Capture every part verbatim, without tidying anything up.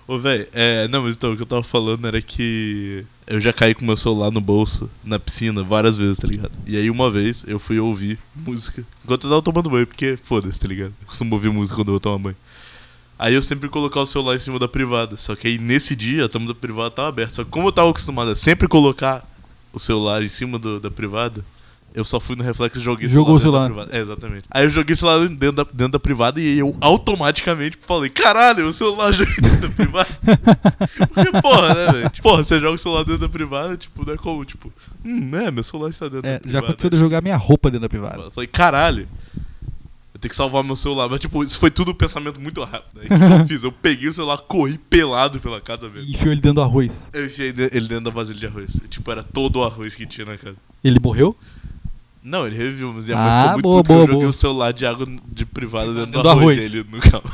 Ô, velho, é, não, mas então, o que eu tava falando era que eu já caí com meu celular no bolso, na piscina, várias vezes, tá ligado? E aí uma vez eu fui ouvir música enquanto eu tava tomando banho, porque foda-se, tá ligado? Eu costumo ouvir música quando eu vou tomar banho. Aí eu sempre colocar o celular em cima da privada, só que aí nesse dia a tampa da privada tava aberta. Só que como eu tava acostumado a sempre colocar o celular em cima do, da privada, eu só fui no reflexo e joguei o Jogou celular o dentro da privada. É, exatamente. Aí eu joguei o celular dentro da, dentro da privada e eu automaticamente falei, caralho, o celular joguei dentro da privada. Porque, porra, né, velho? Porra, você joga o celular dentro da privada, tipo, não é como, tipo, hum, é, meu celular está dentro É, da privada. já aconteceu de eu jogar minha roupa dentro da privada. Eu falei, caralho, eu tenho que salvar meu celular. Mas, tipo, isso foi tudo um pensamento muito rápido. Aí, o que eu fiz? Eu peguei o celular, corri pelado pela casa mesmo. E enfiou ele dentro do arroz. Eu enfiei ele dentro da vasilha de arroz. E, tipo, era todo o arroz que tinha na casa. Ele morreu? Não, ele reviveu, mas minha Ah, mãe ficou muito boa, puta boa, que eu joguei boa. o celular de água de privada dentro, Dentro do do arroz, arroz. e ele no carro.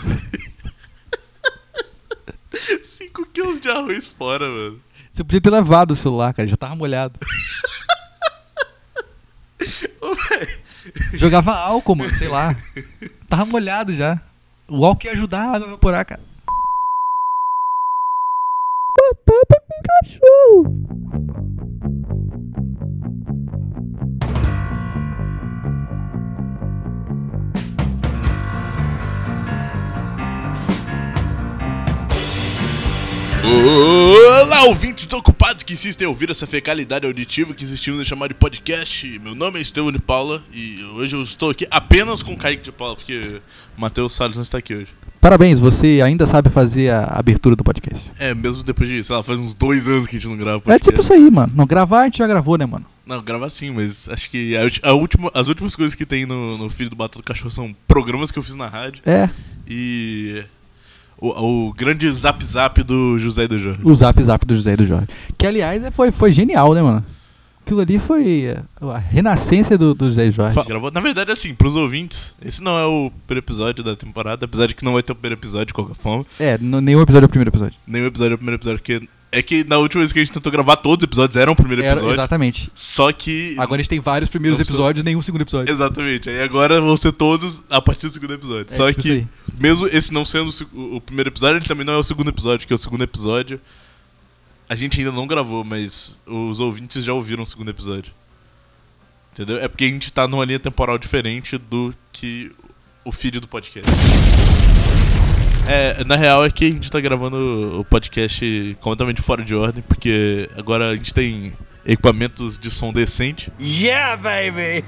cinco quilos de arroz fora, mano. Você podia ter lavado o celular, cara, já tava molhado. Ô, véi. Jogava álcool, mano, sei lá. Tava molhado já. O álcool ia ajudar a não evaporar, cara. Batata com cachorro. Olá, ouvintes ocupados que insistem em ouvir essa fecalidade auditiva que existimos em chamar de podcast. Meu nome é Estevão de Paula e hoje eu estou aqui apenas com o Kaique de Paula, porque o Matheus Salles não está aqui hoje. Parabéns, você ainda sabe fazer a abertura do podcast. É, mesmo depois de, sei lá, faz uns dois anos que a gente não grava É podcast. tipo isso aí, mano. Não, gravar a gente já gravou, né, mano? Não, gravar sim, mas acho que a, ulti- a última, as últimas coisas que tem no, no feed do Batata do Cachorro são programas que eu fiz na rádio É, e o, o grande zap zap do José e do Jorge. o Zap Zap do José e do Jorge. Que, aliás, é- foi, foi genial, né, mano? Aquilo ali foi a renascença do, do José e Jorge. Fa- Gravou, na verdade, assim, pros ouvintes, esse não é o primeiro episódio da temporada, apesar de que não vai ter o primeiro episódio de qualquer forma. É, n- nenhum episódio é o primeiro episódio. Nenhum episódio é o primeiro episódio, porque é que na última vez que a gente tentou gravar, todos os episódios eram o primeiro Era- episódio. exatamente. Só que. Agora a gente tem vários primeiros Não sou- episódios e nenhum segundo episódio. Exatamente, aí agora vão ser todos a partir do segundo episódio. É, Só tipo que, isso mesmo esse não sendo o, seg- o primeiro episódio, ele também não é o segundo episódio, porque o segundo episódio a gente ainda não gravou, mas os ouvintes já ouviram o segundo episódio. Entendeu? É porque a gente tá numa linha temporal diferente do que o feed do podcast. É, na real é que a gente tá gravando o podcast completamente fora de ordem, porque agora a gente tem equipamentos de som decente. Yeah, baby!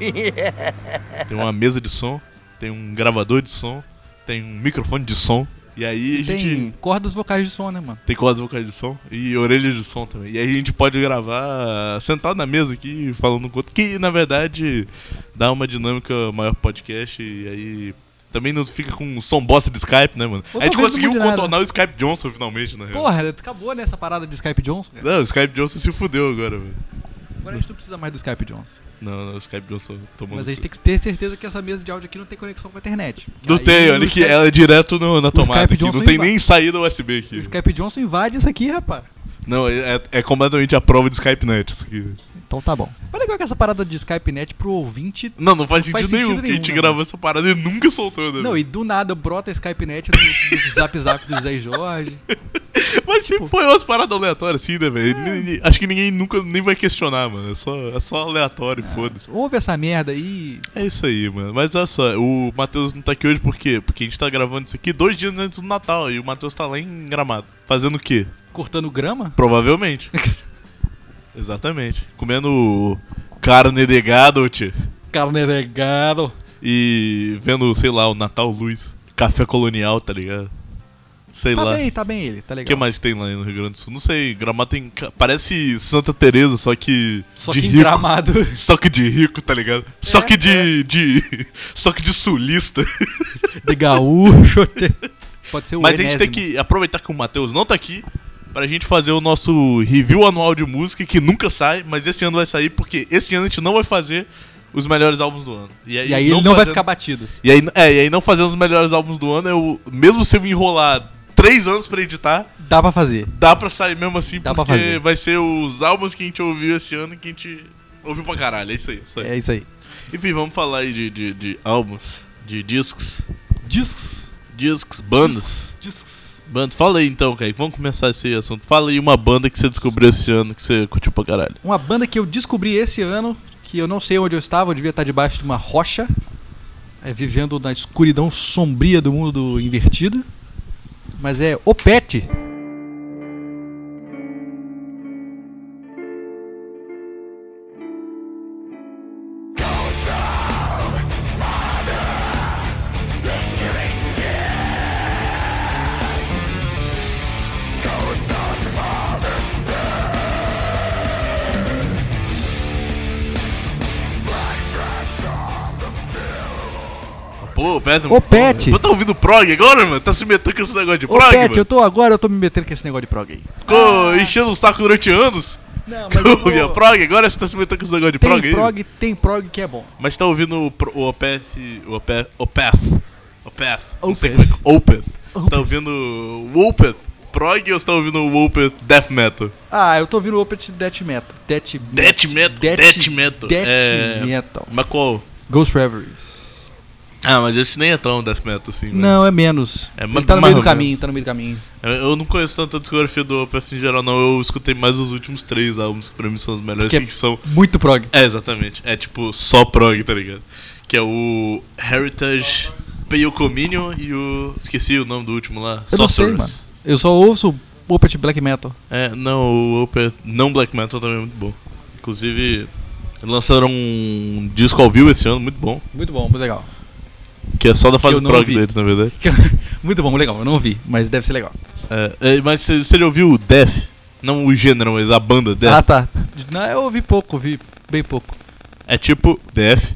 Tem uma mesa de som, tem um gravador de som, tem um microfone de som. E aí a Tem gente cordas vocais de som, né, mano? tem cordas vocais de som e orelhas de som também. E aí a gente pode gravar sentado na mesa aqui, falando com outro, que na verdade dá uma dinâmica maior pro podcast. E aí também não fica com um som bosta de Skype, né, mano? Ou A gente talvez não conseguiu mude nada. contornar o Skype Johnson finalmente, na real. Porra, acabou nessa parada de Skype Johnson, cara. Não, o Skype Johnson se fudeu agora, velho. Agora a gente não precisa mais do Skype Johnson. Não, não, o Skype Johnson tomou. Mas no a gente cu. tem que ter certeza que essa mesa de áudio aqui não tem conexão com a internet. Não Aí tem, o olha que Skype- ela é direto no, na tomada Skype aqui. Não Johnson tem inva- nem saída U S B aqui. O Skype Johnson invade isso aqui, rapaz. Não, é, é completamente a prova de Skype Net isso aqui. Então tá bom. Mas legal que essa parada de Skype Net pro ouvinte... Não, não faz Não sentido, faz nenhum, sentido porque a gente nenhum, né, gravou essa parada e nunca soltou, né? Não, velho? e do nada brota a Skype Net no, no Zap Zap do José e Jorge. Mas sempre foi umas paradas aleatórias assim, né, velho? Ni- Acho que ninguém nunca nem vai questionar, mano. É só, é só aleatório, foda-se. Ouve essa merda aí. É isso aí, mano. Mas olha só, o Matheus não tá aqui hoje por quê? Porque a gente tá gravando isso aqui dois dias antes do Natal e o Matheus tá lá em Gramado. Fazendo o quê? Cortando grama? Provavelmente. Exatamente. Comendo carne de gado, tio. Carne regado. E vendo, sei lá, o Natal Luz. Café colonial, tá ligado? Sei Tá lá. bem, tá bem ele, tá O legal. que mais tem lá no Rio Grande do Sul? Não sei, Gramado tem... ca- Parece Santa Teresa, só que Só de que em rico. Gramado. Só que de rico, tá ligado? Só É, que de, de... Só que de sulista. De gaúcho. tchê. Pode ser o Mas a gente tem enésimo. que aproveitar que o Matheus não tá aqui pra gente fazer o nosso review anual de música, que nunca sai, mas esse ano vai sair, porque esse ano a gente não vai fazer os melhores álbuns do ano. E aí ele não vai fazendo- ficar batido. E aí, é, e aí não fazendo os melhores álbuns do ano, eu, mesmo se eu me enrolar três anos pra editar, Dá pra fazer. dá pra sair mesmo assim, Dá pra porque fazer. vai ser os álbuns que a gente ouviu esse ano que a gente ouviu pra caralho. É isso aí. Isso aí. É isso aí. Enfim, vamos falar aí de, de, de álbuns, de discos, Discos. discos, bandas. Discos. Banda, fala aí então, Kaique. Vamos começar esse assunto. Fala aí uma banda que você descobriu esse ano que você curtiu pra caralho. Uma banda que eu descobri esse ano, que eu não sei onde eu estava, eu devia estar debaixo de uma rocha, é, vivendo na escuridão sombria do mundo invertido. Mas é Opeth. Pô, Opeth. Opeth. Você tá ouvindo prog agora, mano? Tá se metendo com esse negócio de prog, Opeth, mano? eu tô agora, eu tô me metendo com esse negócio de prog aí. Ficou ah. enchendo o saco durante anos? Não, mas eu ouvia vou... prog, agora você tá se metendo com esse negócio de tem prog aí? Prog, tem prog que é bom. Mas você tá ouvindo o, o Opeth... O Opeth... Opeth... Opeth... Não sei Opeth. como é que... Opeth. Você tá ouvindo o Opeth prog ou você tá ouvindo o Opeth death metal? Ah, eu tô ouvindo o Opeth death metal. Death, death metal? Death, death metal. Death é... metal. Mas qual? Ghost Reveries. Ah, mas esse nem é tão death metal assim, mano. Não, é menos. É, Ele tá no meio do caminho, tá no meio do caminho. Eu, eu não conheço tanto a discografia do Opeth em geral, não. Eu escutei mais os últimos três álbuns que pra mim são os melhores, que assim, é que são... muito prog. É, exatamente. É tipo só prog, tá ligado? Que é o Heritage, Pale Communion e o... Esqueci o nome do último lá. Eu não sei, mano. Eu só ouço o Opeth Black Metal. É, não, o Opeth não Black Metal também é muito bom. Inclusive, lançaram um disco ao vivo esse ano, muito bom. Muito bom, muito legal. Que é só da fase prog deles, na verdade. Muito bom, legal. Eu não ouvi, mas deve ser legal. É, é, mas você já ouviu o Death? Não o gênero, mas a banda Death? Ah, tá. Não, eu ouvi pouco, ouvi bem pouco. É tipo Death,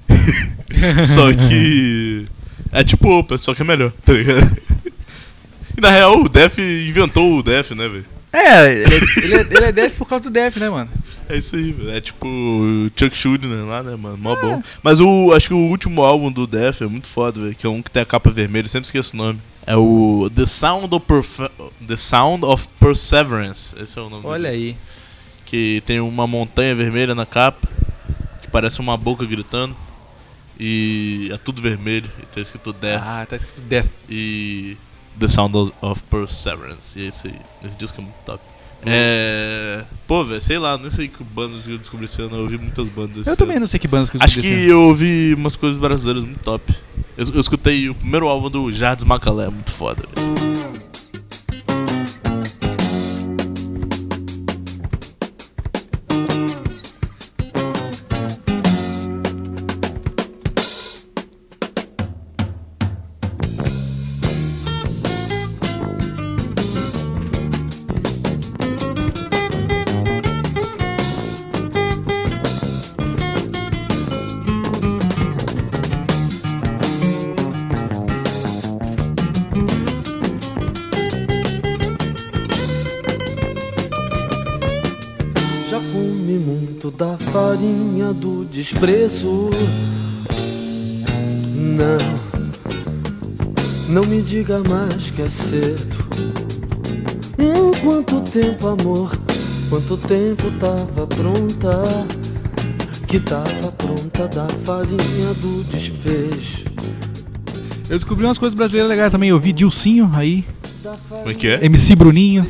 só que... É tipo Opeth, só que é melhor, tá ligado? E na real, o Death inventou o Death, né, velho? É, ele é, ele, é, ele é Death por causa do Death, né, mano? É isso aí, velho. É tipo o Chuck Schuldiner lá, né, mano? Mó é. bom. Mas o, acho que o último álbum do Death é muito foda, velho. Que é um que tem a capa vermelha, sempre esqueço o nome. É o The Sound of, Perfe- The Sound of Perseverance. Esse é o nome. Olha aí. Que tem uma montanha vermelha na capa, que parece uma boca gritando. E é tudo vermelho. E tá escrito Death. Ah, tá escrito Death. E The Sound of Perseverance. E é isso aí. Esse disco é muito top. É... Pô, velho, sei lá, não sei que bandas que eu descobri esse ano. Eu ouvi muitas bandas esse Eu ano. também não sei que bandas que eu Acho descobri que esse ano. eu ouvi umas coisas brasileiras muito top. Eu, eu escutei o primeiro álbum do Jardim Macalé, muito foda, velho. Da farinha do desprezo. Não, não me diga mais que é cedo. Hum, quanto tempo, amor, quanto tempo tava pronta, que tava pronta da farinha do despejo. Eu descobri umas coisas brasileiras legais também. Eu vi Dilcinho aí. Como é que é? M C Bruninho.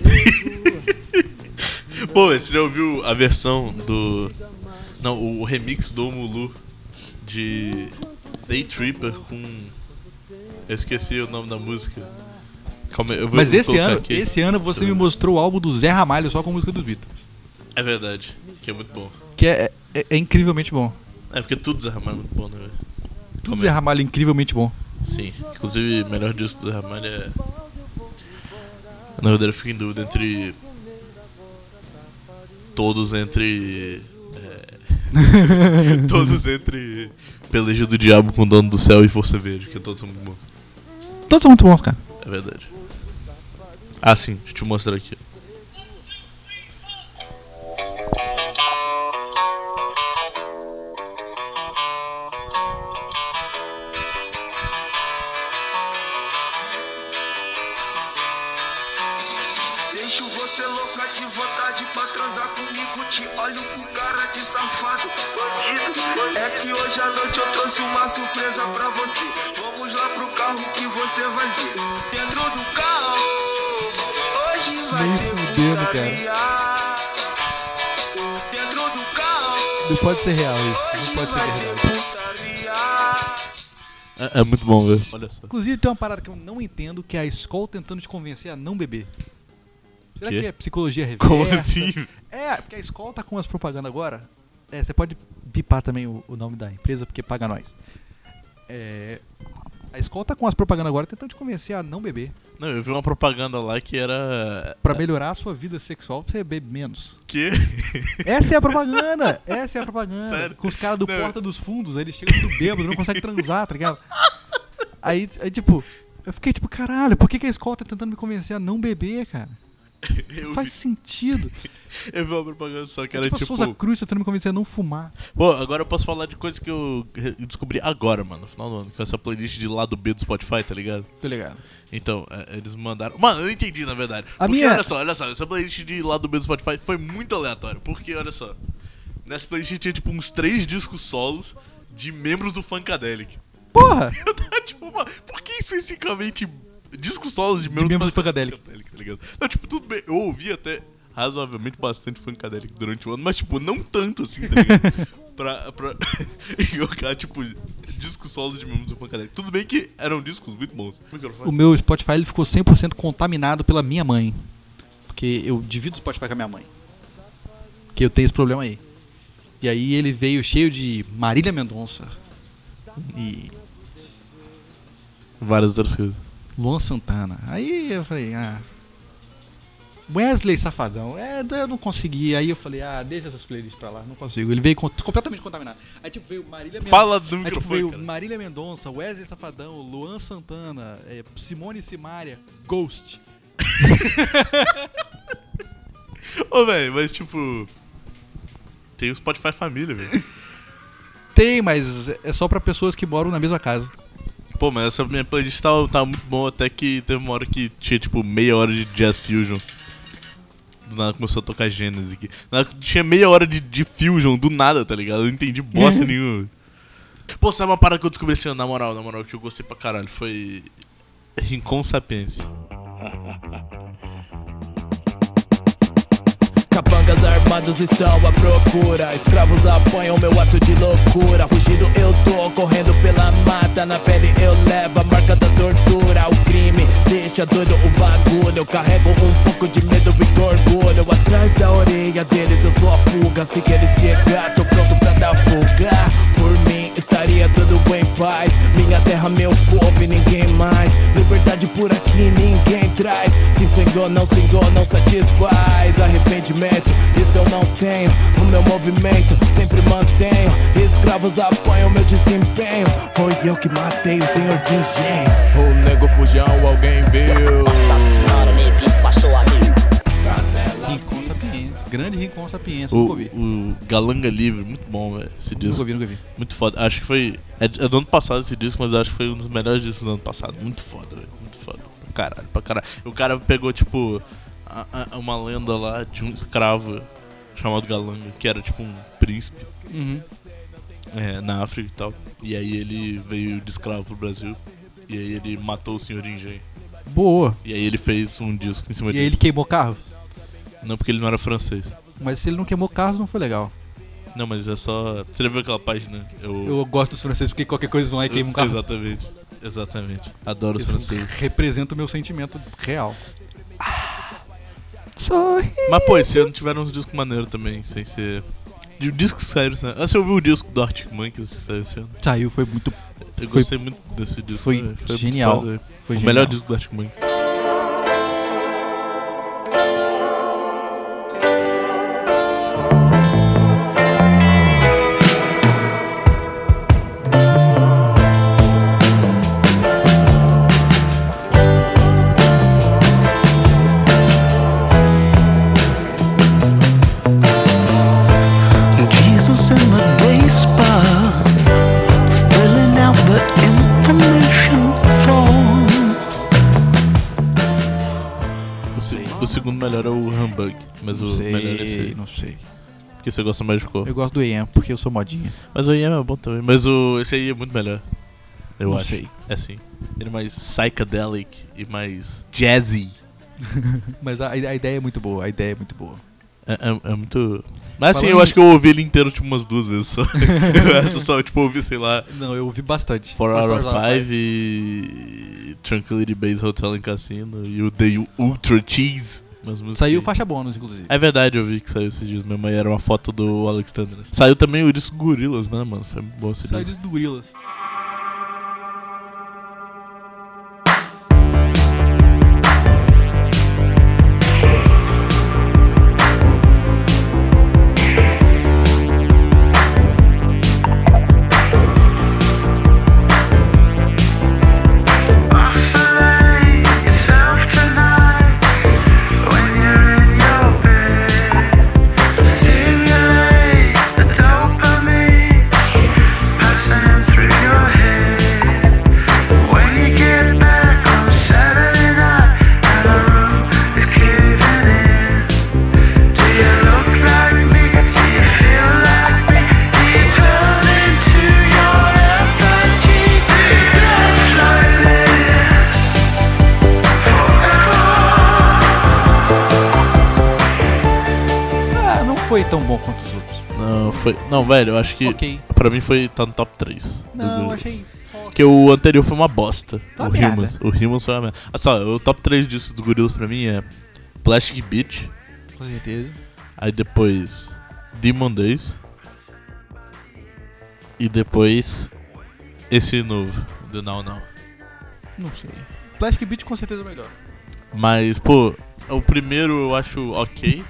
Pô, você já ouviu a versão do... Não, o remix do Mulu de Day Tripper com... Eu esqueci o nome da música. Calma aí, eu vou Mas esse ano, aqui. esse ano você me mostrou o álbum do Zé Ramalho só com a música dos Beatles. É verdade, que é muito bom. Que é, é, é incrivelmente bom. É, porque tudo Zé Ramalho é muito bom, né, velho? Tudo Zé Ramalho é incrivelmente bom. Sim, inclusive o melhor disco do Zé Ramalho é... Na verdade eu fico em dúvida entre... Todos entre... É... todos entre Peleja do Diabo com o Dono do Céu e Força Verde, que todos são muito bons. Todos são muito bons, cara. É verdade. Ah, sim, deixa eu te mostrar aqui. Deixo você louca de vontade pra transar comigo. Te olho com cara de safado, bandido. É que hoje à noite eu trouxe uma surpresa pra você. Vamos lá pro carro que você vai ver. Dentro do carro, vai Nem ter fudendo, putaria. Dentro do carro Não pode ser real isso. hoje Não pode ser vai ter verdade. putaria. É, é muito bom, velho. Olha só. Inclusive tem uma parada que eu não entendo, que é a escola tentando te convencer a não beber. Será Quê? que é psicologia reversa? Como assim? É, porque a escola tá com as propagandas agora. É, você pode bipar também o, o nome da empresa, porque paga nós. É, a escola tá com as propagandas agora tentando te convencer a não beber. Não, eu vi uma propaganda lá que era... Pra melhorar a sua vida sexual, você bebe menos. Que? Essa é a propaganda! Essa é a propaganda. Sério? Com os caras do Não. Porta dos Fundos, eles chegam tudo bêbado, não conseguem transar, tá ligado? Aí, aí, tipo, eu fiquei tipo, caralho, por que, que a escola tá tentando me convencer a não beber, cara? Eu Faz vi, sentido. eu vi uma propaganda só que É era tipo, a tipo... Souza Cruz tentando me convencer a não fumar. Pô, agora eu posso falar de coisas que eu re- descobri agora, mano, no final do ano. Com essa playlist de lado B do Spotify, tá ligado? Tá ligado? Então, é, eles mandaram... Mano, eu entendi, na verdade. A Porque, minha- olha só, olha só. Essa playlist de lado B do Spotify foi muito aleatória. Porque, olha só. Nessa playlist tinha, tipo, uns três discos solos de membros do Funkadelic. Porra! Eu tava, tipo, mano, por que especificamente discos solos de membros, membros do Fun- Funkadelic? tá ligado? Não, tipo, tudo bem. Eu ouvi até razoavelmente bastante Funkadelic durante o ano, mas, tipo, não tanto assim, tá ligado? pra, pra jogar, tipo, discos solos de membros do Funkadelic. Tudo bem que eram discos muito bons. Microfone. O meu Spotify ele ficou cem por cento contaminado pela minha mãe. Porque eu divido o Spotify com a minha mãe. Porque eu tenho esse problema aí. E aí ele veio cheio de Marília Mendonça e Várias outras coisas. Luan Santana. Aí eu falei, ah... Wesley Safadão. É, eu não consegui. Aí eu falei, ah, deixa essas playlists pra lá, não consigo. Ele veio com- completamente contaminado. Aí tipo, veio Marília Mendonça. Fala do Aí, tipo, microfone, veio cara. Marília Mendonça, Wesley Safadão, Luan Santana, é, Simone Simaria, Ghost. Ô, velho, mas, tipo... Tem o Spotify Família, velho. Tem, mas é só pra pessoas que moram na mesma casa. Pô, mas essa minha playlist tava, tava muito boa, até que teve uma hora que tinha, tipo, meia hora de Jazz Fusion. Do nada começou a tocar Genesis aqui. Nada- Tinha meia hora de, de Fusion, do nada, tá ligado? Eu não entendi bosta nenhuma. Pô, sabe uma parada que eu descobri assim, ó, na moral, na moral, que eu gostei pra caralho? Foi... Rincon Sapiens. Capangas armados estão à procura. Escravos apanham meu ato de loucura. Fugindo eu tô, correndo pela mata. Na pele eu levo a marca da tortura. O crime deixa doido o bagulho. Eu carrego um pouco de medo e orgulho. Atrás da orelha deles eu sou a pulga. Se que eles chegar, tô pronto pra dar fuga. Por mim estaria tudo em paz. Minha terra, meu povo e ninguém mais. Liberdade por aqui ninguém traz. Se cegou, não cegou, não satisfaz. Arrependimento, isso eu não tenho. O meu movimento sempre mantenho. Escravos apanham meu desempenho. Foi eu que matei o senhor de engenho. O nego fujão, alguém viu? Nossa senhora, neguinho passou ali. Rincon Sapiens. Grande Rincon Sapiens. Nunca O, ouvi. o Galanga Livre, muito bom, velho, esse Nunca disco. ouvi, nunca ouvi. Muito foda. Acho que foi... É, é do ano passado esse disco, mas eu acho que foi um dos melhores discos do ano passado. Muito foda, velho. Muito foda. Pra caralho, pra caralho. O cara pegou, tipo, a- a- uma lenda lá de um escravo chamado Galanga, que era, tipo, um príncipe Uhum. é, na África e tal. E aí ele veio de escravo pro Brasil. E aí ele matou o senhor de engenho. Boa. E aí ele fez um disco em cima E disso. aí ele queimou carros. Não, porque ele não era francês. Mas se ele não queimou carros, não foi legal. Não, mas é só... Você já viu aquela página? Eu... Eu gosto dos franceses porque qualquer coisa não é queima um carro. Exatamente. Exatamente. Adoro os Isso franceses. representa o meu sentimento real. Sorri. Mas, pô, esse ano tiveram uns discos maneiros também, sem ser... De discos que saíram esse ano. Ah, você ouviu o disco do Arctic Monkeys que saiu esse ano? Saiu, foi muito. Eu Foi- gostei muito desse disco. foi velho. muito genial. foda, velho. Foi o genial. melhor disco do Arctic Monkeys. Jesus in the day spa, filling out the information form. O, se- o segundo melhor é o Humbug, mas Não o sei, melhor é esse aí. não sei. Porque você gosta mais de cor. Eu gosto do E M porque eu sou modinha. Mas o I M é bom também. Mas o, esse aí é muito melhor. Eu Não acho. sei. É sim. Ele é mais psychedelic e mais jazzy. Mas a, a ideia é muito boa, a ideia é muito boa. É, é, é muito... Mas assim, Falando eu em- acho que eu ouvi ele inteiro tipo umas duas vezes só. Essa só, tipo, eu ouvi, sei lá, Não, eu ouvi bastante. four Four out of Stars Out of five e Tranquility Base Hotel and Casino e o The Ultra Cheese. Umas músicas Saiu que- faixa bônus, inclusive. É verdade, eu vi que saiu esses dias mesmo, aí era uma foto do Alex Tenders. Saiu também o disco Gorillaz, né, mano? Foi bom esse Saiu disco. disso do Gorillaz. Ah, não foi tão bom quanto os outros. Não, foi... Não, velho, eu acho que Ok. pra mim foi... tá no top três. do Não, eu Gorillaz. achei... só Porque o anterior foi uma bosta. Tá o uma merda. Humans. O Humans foi uma merda. Ah, só, o top três discos do Gorillaz pra mim é Plastic Beach, Com certeza. aí depois Demon Days e depois esse novo, do Now Now. Não sei. Plastic Beach com certeza é o melhor. Mas, pô, o primeiro eu acho ok.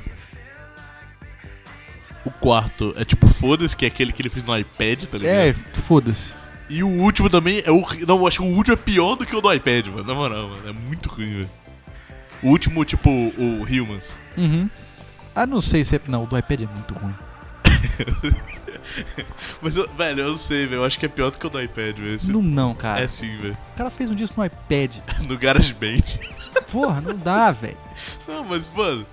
O quarto é tipo foda-se, que é aquele que ele fez no iPad, tá ligado? É, foda-se. E o último também é horrível. Não, eu acho que o último é pior do que o do iPad, mano. Na moral, mano. É muito ruim, velho. O último, tipo, o Humans. Uhum. Ah, não sei se é... Não, o do iPad é muito ruim. Mas, eu- velho, eu não sei, velho. Eu acho que é pior do que o do iPad, velho. Esse- Não, não, cara. É sim, velho. O cara fez um disco no iPad. No GarageBand. Porra, não dá, velho. Não, mas, mano.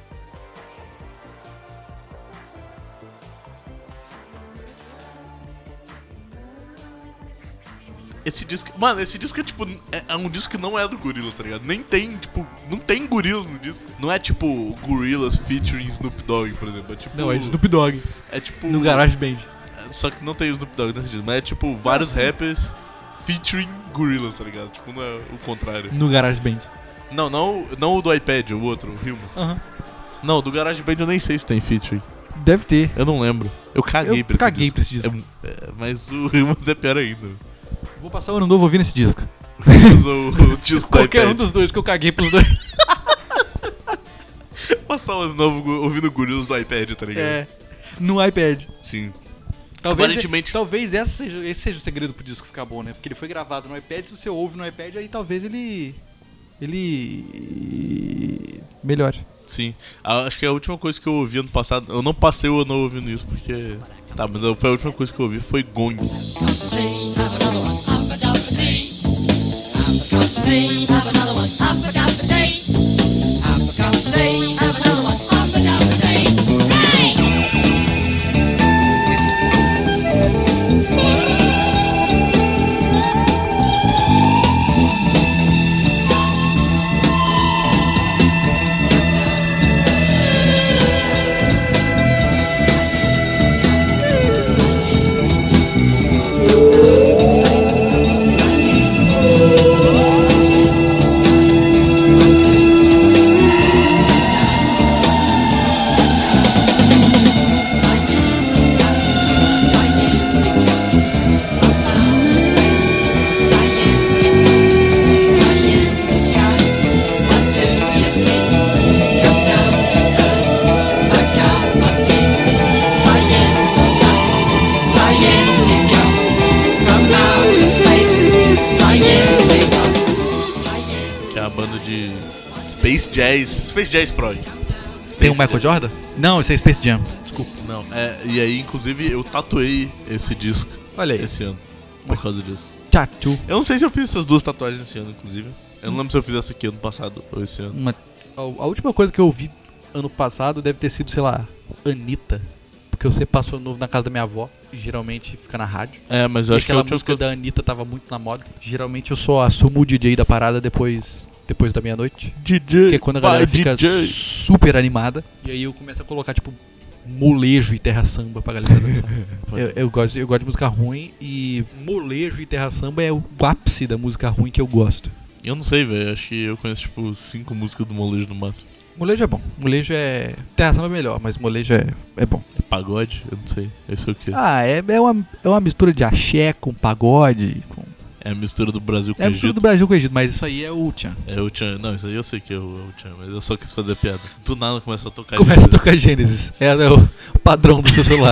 Esse disco. Mano, esse disco é tipo. É, é um disco que não é do Gorillaz, tá ligado? Nem tem, tipo. Não tem Gorillaz no disco. Não é tipo Gorillaz featuring Snoop Dogg, por exemplo. É tipo. Não, é Snoop Dogg. É tipo. No GarageBand. Só que não tem o Snoop Dogg nesse disco. Mas é tipo vários rappers featuring Gorillaz, tá ligado? Tipo, não é o contrário. No GarageBand. Não, não, não o do iPad, o outro, o Humans. Aham. Não, do GarageBand eu nem sei se tem featuring. Deve ter. Eu não lembro. Eu caguei Eu pra esse caguei disco. pra esse disco. É- é, mas o Humans é pior ainda. Vou passar o ano novo ouvindo esse disco. Humans ou o disco do Qualquer um iPad. dos dois, que eu caguei pros dois. Passar o ano novo gu- ouvindo Gorillaz do iPad, tá ligado? É. No iPad. Sim. Talvez, Aparentemente- talvez essa seja, esse seja o segredo pro disco ficar bom, né? Porque ele foi gravado no iPad, se você ouve no iPad, aí talvez ele... Ele... melhore. Sim. Ah, acho que a última coisa que eu ouvi ano passado. Eu não passei o ano novo ouvindo isso porque. Tá, mas eu- foi a última coisa que eu ouvi foi Gong. Que é a banda de Space Jazz. Space Jazz Pro. Space Tem o Michael Jazz. Jordan? Não, esse é Space Jam. Desculpa. Não, é, e aí, inclusive, eu tatuei esse disco Olha aí. esse ano. Por causa disso. Tchatu. Eu não sei se eu fiz essas duas tatuagens esse ano, inclusive. Eu não lembro se eu fiz essa aqui ano passado ou esse ano. Uma... A, a última coisa que eu vi ano passado deve ter sido, sei lá, Anitta. Porque você passou ano novo na casa da minha avó. E geralmente fica na rádio. É, mas eu E acho que a aquela última música coisa... da Anitta tava muito na moda. Geralmente eu só assumo o D J da parada depois depois da meia-noite. D J, Que é quando a galera vai, fica D J. super animada. E aí eu começo a colocar, tipo, molejo e terra samba pra galera dançar. eu, eu, gosto, eu gosto de música ruim e molejo e terra samba é o ápice da música ruim que eu gosto. Eu não sei, velho. Acho que eu conheço, tipo, cinco músicas do molejo no máximo. Molejo é bom. Molejo é... Terra samba é melhor, mas molejo é, é bom. É pagode? Eu não sei. Isso é o quê? Ah, é, é, uma, é uma mistura de axé com pagode, com... É a mistura do Brasil com É a o mistura Egito. do Brasil com o Egito, mas isso aí é o tchan. É o Tchan. Não, isso aí eu sei que é o, é o Tchan, mas eu só quis fazer piada. Do nada começa a tocar. Começa a Gênesis. tocar Gênesis. É, é o padrão do seu celular.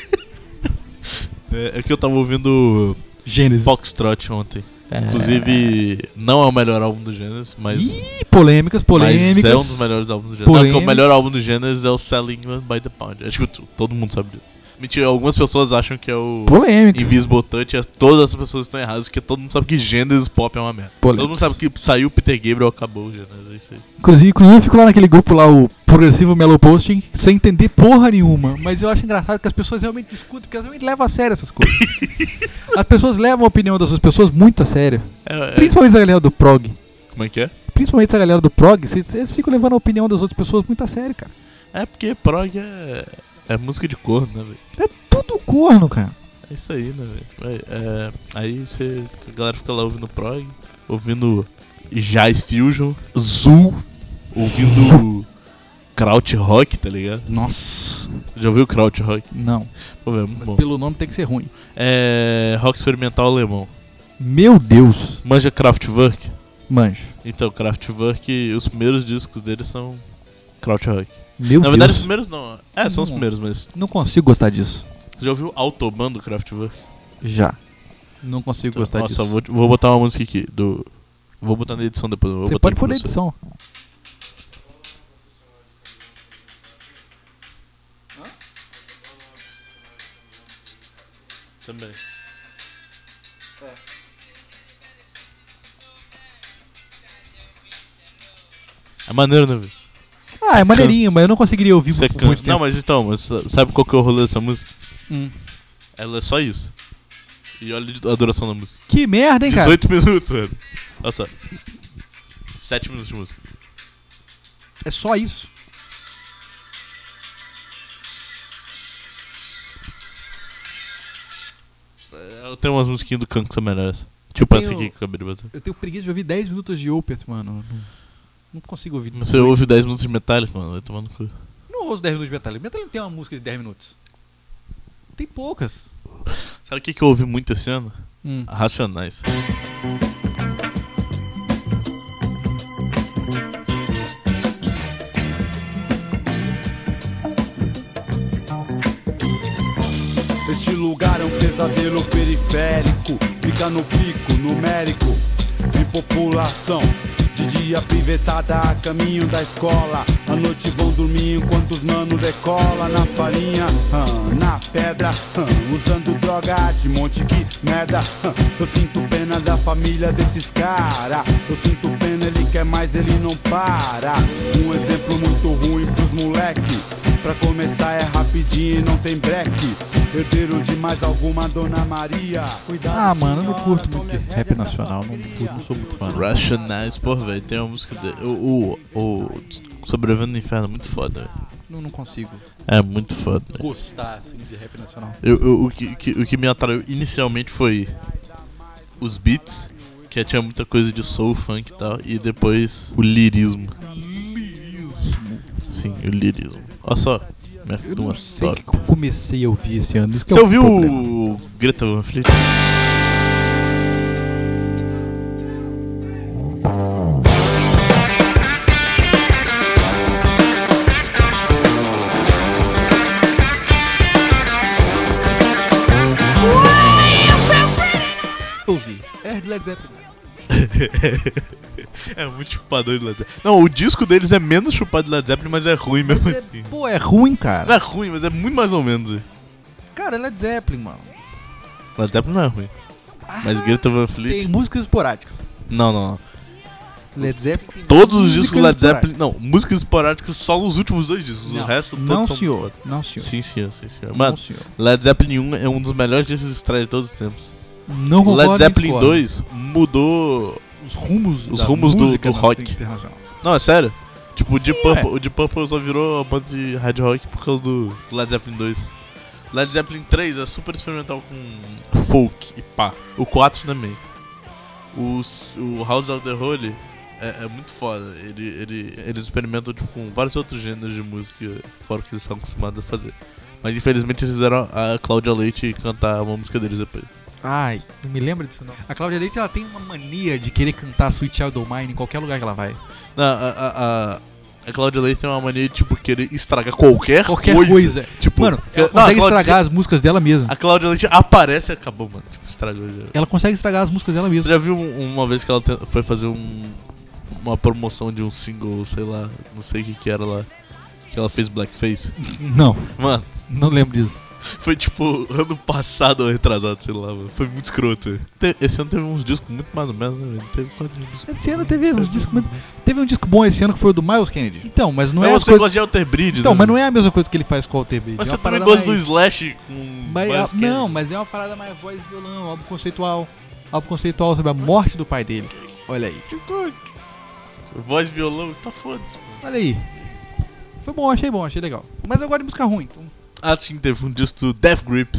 É, é que eu tava ouvindo Gênesis. Foxtrot ontem. É... Inclusive, não é o melhor álbum do Gênesis, mas... Ih, polêmicas, polêmicas. Mas é um dos melhores álbuns do Gênesis. Não, porque o Polêmicas. melhor álbum do Gênesis é o Selling England by the Pound. Acho que t- todo mundo sabe disso. Mentira, algumas pessoas acham que é o Polêmicas. Invisible Touch e as- todas as pessoas estão erradas, porque todo mundo sabe que Gênesis Pop é uma merda. Polêmicas. Todo mundo sabe que saiu o Peter Gabriel, acabou o Gênesis, é isso aí. Inclusive, inclusive eu fico lá naquele grupo lá, o Progressivo Mellow Posting, sem entender porra nenhuma. Mas eu acho engraçado que as pessoas realmente discutem, porque elas realmente levam a sério essas coisas. As pessoas levam a opinião das outras pessoas muito a sério. É, é- Principalmente essa galera do prog. como é que é? Principalmente essa galera do prog, vocês- eles ficam levando a opinião das outras pessoas muito a sério, cara. É porque prog é, é música de corno, né, velho? É tudo corno, cara. É isso aí, né, velho? É, aí cê, a galera fica lá ouvindo prog, ouvindo Jazz Fusion, Zoo, ouvindo Kraut Rock, tá ligado? Nossa. Já ouviu Kraut Rock? Não. Pô, velho, muito Mas bom. pelo nome tem que ser ruim. É rock experimental alemão. Meu Deus. Manja Kraftwerk? Manjo. Então, Kraftwerk, os primeiros discos deles são Kraut Rock. Meu Na verdade, Deus. os primeiros não. É, são os Não. primeiros, mas... Não consigo gostar disso. Você já ouviu Autobahn do Kraftwerk? Já. Não consigo gostar Nossa, disso. vou, vou botar uma música aqui do... Vou botar na edição depois. eu Vou Você botar pode aqui pôr pra na você. edição. Também. É maneiro, né, velho? Ah, é maneirinho, mas eu não conseguiria ouvir Você por cansa. muito tempo. Não, mas então, mas sa- sabe qual que é o rolê dessa música? Hum. Ela é só isso. E olha a duração da música. Que merda, hein, cara? dezoito minutos, velho. Olha só. sete minutos de música. É só isso. É, eu tenho umas musiquinhas do Kank também melhores. Tipo Eu essa tenho- aqui que eu acabei de botar. Eu tenho preguiça de ouvir dez minutos de Opeth, mano. Não, não consigo ouvir. Você ouve dez minutos de Metallica, mano, vai tomar no cu. Não ouço dez minutos de Metallica. Metallica não tem uma música de dez minutos. Tem poucas. Sabe o que, que eu ouvi muito esse ano? Hum. Racionais. Este lugar é um pesadelo periférico, fica no pico numérico de população. De dia pivetada a caminho da escola, à noite vão dormir enquanto os mano decola na farinha, hum, na pedra, hum, usando droga de monte, que merda. hum. Eu sinto pena da família desses cara, eu sinto pena, ele quer mais, ele não para. Um exemplo muito ruim pros moleque, pra começar é rapidinho e não tem breque. Herdeiro de mais alguma Dona Maria. Cuidado, Ah, mano, eu não senhora, curto muito de rap nacional. Não, curto, não sou muito fã. não. Rationais, porra, velho, tem uma música dele. O, o, o Sobrevivendo no Inferno é muito foda, velho. Não, não consigo É muito foda, velho. gostar assim de rap nacional. Eu, eu, o, que, que- o que me atraiu inicialmente foi os beats, que tinha muita coisa de soul, funk e tal, e depois o lirismo. Lirismo? Sim, o lirismo. Olha só, me Eu afetou não uma sei o história. que eu comecei a ouvir esse ano. Isso que Você é o ouviu problema. o Greta Van Fleet? Ouvi. É de Led Zeppelin. É muito chupador de Led Zeppelin. Não, o disco deles é menos chupado de Led Zeppelin, mas é ruim mesmo Mas é- assim. Pô, é ruim, Não cara. é ruim, mas é muito mais ou menos. velho. Cara, é Led Zeppelin, mano. Led Zeppelin não é ruim. Mas Greta Van Fleet... Tem músicas esporádicas. Não, não, não. Led Zeppelin tem Todos os músicas discos do Led esporádicas. Zeppelin... Não, músicas esporádicas só nos últimos dois discos. Não, o resto todos não, são senhor. foda. Não, senhor. Sim, senhor, sim, senhor. Não, Mano, senhor. Led Zeppelin um é um dos melhores discos de estreia de todos os tempos. Não concordo Led nem Zeppelin discordo. dois mudou os rumos, Os da rumos do- música do rock. internacional. Não, é sério. Tipo, o Deep Sim, Purple, ué. o Deep Purple só virou a banda de hard rock por causa do Led Zeppelin dois. Led Zeppelin três é super experimental com folk e pá. O quatro também. O, s- o House of the Holy é, é muito foda. Ele, ele, eles experimentam tipo, com vários outros gêneros de música fora que eles estão acostumados a fazer. Mas infelizmente eles fizeram a Cláudia Leite cantar uma música deles depois. Ai, não me lembra disso não. A Cláudia Leite, ela tem uma mania de querer cantar Sweet Child O' Mine em qualquer lugar que ela vai. Não, a, a, a, a Cláudia Leite tem uma mania de tipo, querer estragar qualquer, Qualquer coisa. coisa. Tipo, Mano, ela não, a consegue Cláudia- estragar as músicas dela mesma. A Cláudia Leite aparece e acabou, mano. Tipo, estragou já. Ela consegue estragar as músicas dela Você mesma. já viu um- uma vez que ela te- foi fazer um, uma promoção de um single, sei lá, não sei o que que era lá, que ela fez blackface? Não, Mano, não lembro disso. foi tipo ano passado ou retrasado, sei lá, mano. Foi muito escroto. velho. Te- Esse ano teve uns discos muito mais ou menos, né, velho? Não teve quatro discos. Esse ano teve uns discos muito... Teve um disco bom esse ano que foi o do Miles Kennedy. Então, mas não Mas é as você coisas... gosta de Alter Bridge, Então, né? mas não é a mesma coisa que ele faz com o Alter Bridge. Mas é você uma também parada gosta mais... do Slash com Mas, Miles a- Kennedy. não, mas é uma parada mais voz e violão, álbum conceitual. Álbum conceitual sobre a morte do pai dele. Olha aí. Voz, violão, tá foda-se. mano. Olha aí. Foi bom, achei bom, achei legal. Mas eu gosto de música ruim, então... Ah, sim, teve um disco do Death Grips.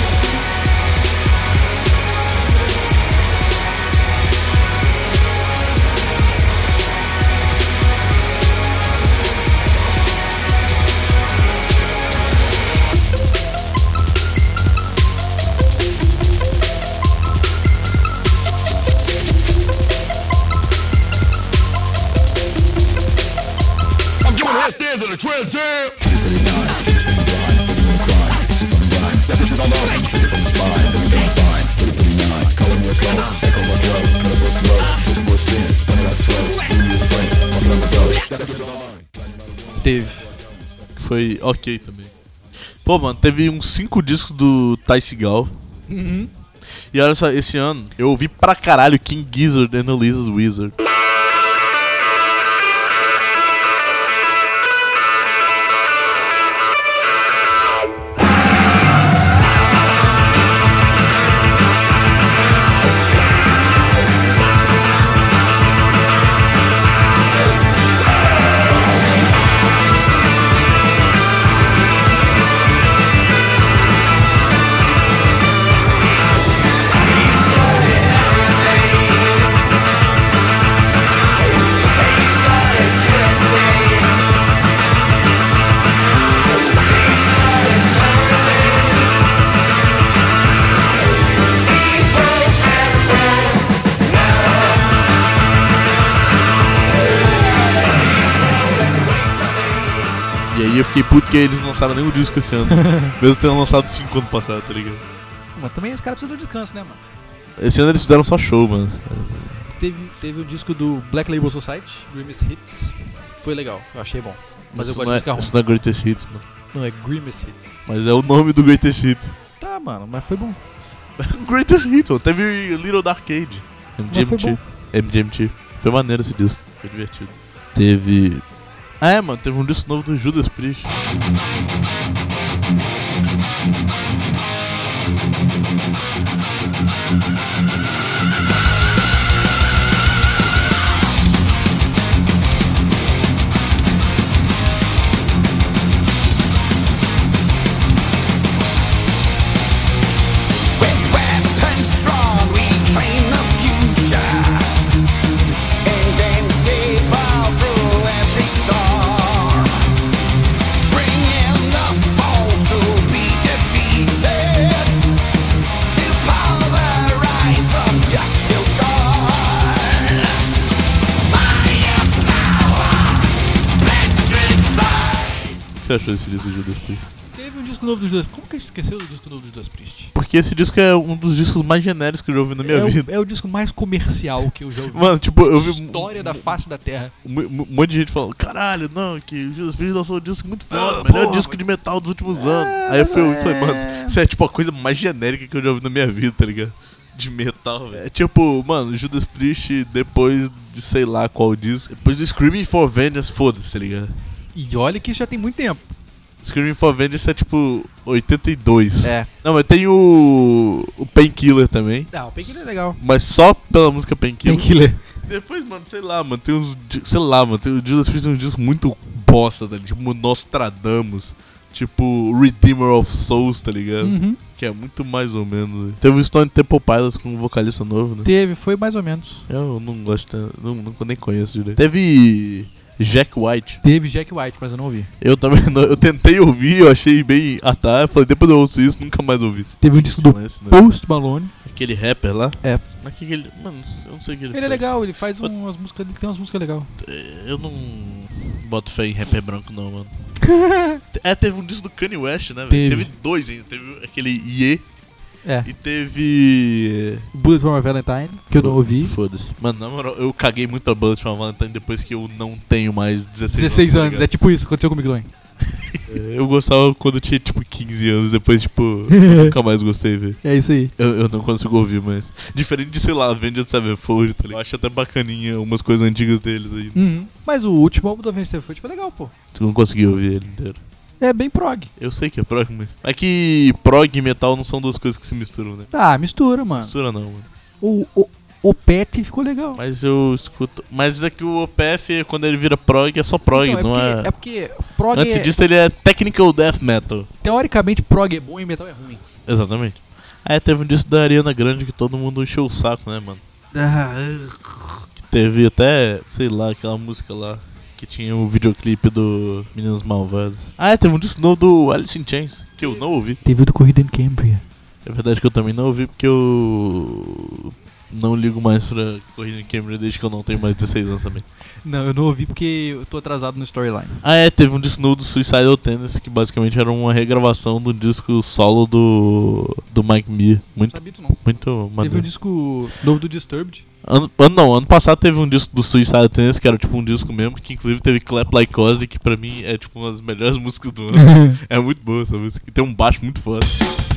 Teve. Foi ok também. Pô, mano, teve uns cinco discos do Ty Segall. Uhum. E olha só, esse ano eu ouvi pra caralho King Gizzard and Elisa's Wizard. E aí eu fiquei puto que eles não lançaram nenhum disco esse ano. Mesmo tendo lançado cinco ano passado, tá ligado? Mas também os caras precisam de descanso, né, mano? Esse ano eles fizeram só show, mano. Teve, teve o disco do Black Label Society, Grimmest Hits. Foi legal, eu achei bom. Mas eu Isso gosto não de é, música ruim. isso não é Greatest Hits, mano. Não, é Grimmest Hits. Mas é o nome do Greatest Hits. Tá, mano, mas foi bom. Greatest Hits, mano. Teve Little Dark Age. Mas foi M G M T. bom. M G M T. Foi maneiro esse disco. Foi divertido. Teve... Ah, é, mano. Teve um disco novo do Judas Priest. With weapons strong, we claim the future. Invincible through every storm. Bringing the foe to be defeated. To pulverize from dusk till dawn. Firepower, petrified. O que você achou desse disco do Judas Priest? Teve um disco novo dos Judas. Como que a gente esqueceu do disco novo dos Judas Priest? Porque esse disco é um dos discos mais genéricos que eu já ouvi na minha é, vida. o, é o disco mais comercial que eu já ouvi. Mano, tipo, eu vi História da face da Terra. um, um- um monte de gente falando, caralho, não, que o Judas Priest lançou um disco muito foda, Ah, melhor porra, disco de metal dos últimos anos. Aí eu fui eu falei, mano, isso é tipo a coisa mais genérica que eu já ouvi na minha vida, tá ligado? De metal, velho. É tipo, mano, Judas Priest depois de sei lá qual disco, depois do Screaming for Vengeance, foda-se, tá ligado? E olha que isso já tem muito tempo. Screaming for Vengeance é tipo oitenta e dois. É. Não, mas tem o. O Painkiller também. Ah, o Painkiller é legal. Mas só pela música Painkiller. Painkiller. Depois, mano, sei lá, mano, tem uns. di- Sei lá, mano, tem o Judas Priest tem um disco muito bosta, tá ligado? Tipo Nostradamus. Tipo Redeemer of Souls, tá ligado? Uhum. Que é muito mais ou menos. Né? Teve o Stone Temple Pilots com um vocalista novo, né? Teve, foi mais ou menos. Eu não gosto, não, não, nem conheço direito. Teve Jack White. Teve Jack White, mas eu não ouvi. Eu também não, eu tentei ouvir, eu achei bem. Ah tá, eu falei, depois eu ouço isso, nunca mais ouvi. Teve um disco do Silêncio, né? Post Malone. Aquele rapper lá? É. Mas que que ele. Mano, eu não sei o que ele Ele é faz. legal, ele faz umas músicas, ele tem umas músicas legais. Eu não boto fé em rapper branco, não, mano. É, teve um disco do Kanye West, né, velho? Teve. Teve dois ainda. Teve aquele Ye É. e teve. Bullets for My Valentine, que eu não ouvi. Foda-se. Mano, na moral, eu caguei muito pra Bullets for My Valentine depois que eu não tenho mais dezesseis, dezesseis anos. anos, é tipo isso, aconteceu comigo também. É, eu gostava quando eu tinha tipo quinze anos, depois, tipo, eu nunca mais gostei, velho. É isso aí. Eu, eu não consigo ouvir mais. Diferente de, sei lá, Avenged Sevenfold, tá ligado? Eu acho até bacaninha umas coisas antigas deles aí. Uhum. Mas o último álbum do Avenged Sevenfold foi legal, pô. Tu não conseguiu ouvir ele inteiro. É bem prog. Eu sei que é prog, mas. É que prog e metal não são duas coisas que se misturam, né? Ah, mistura, mano. Mistura não, mano. O, o, o Pet ficou legal. Mas eu escuto. Mas é que o O P F, quando ele vira prog, é só prog, Então, é não porque, é. é porque prog Antes é, disso, ele é technical death metal. teoricamente prog é bom e metal é ruim. Exatamente. Aí teve um disco da Ariana Grande que todo mundo encheu o saco, né, mano? Ah, Que teve até, sei lá, aquela música lá. Que tinha o videoclipe do Meninas Malvadas. Ah, é, teve um disco novo do Alice in Chains, que eu não ouvi. teve o do Corrida em Cambria. É verdade que eu também não ouvi porque eu não ligo mais pra Corrida em Cambridge desde que eu não tenho mais dezesseis anos também. Não, eu não ouvi porque eu tô atrasado no storyline. Ah, é, teve um disco novo do Suicidal Tendency que basicamente era uma regravação do disco solo do do Mike Mir. Não Muito, sabia disso não. muito Teve um maneiro. disco novo do Disturbed. Ano, ano, não, ano passado teve um disco do Suicidal Tendency que era tipo um disco mesmo, que inclusive teve Clap Like Ozzy, que pra mim é tipo uma das melhores músicas do ano. É muito boa essa música, e tem um baixo muito foda.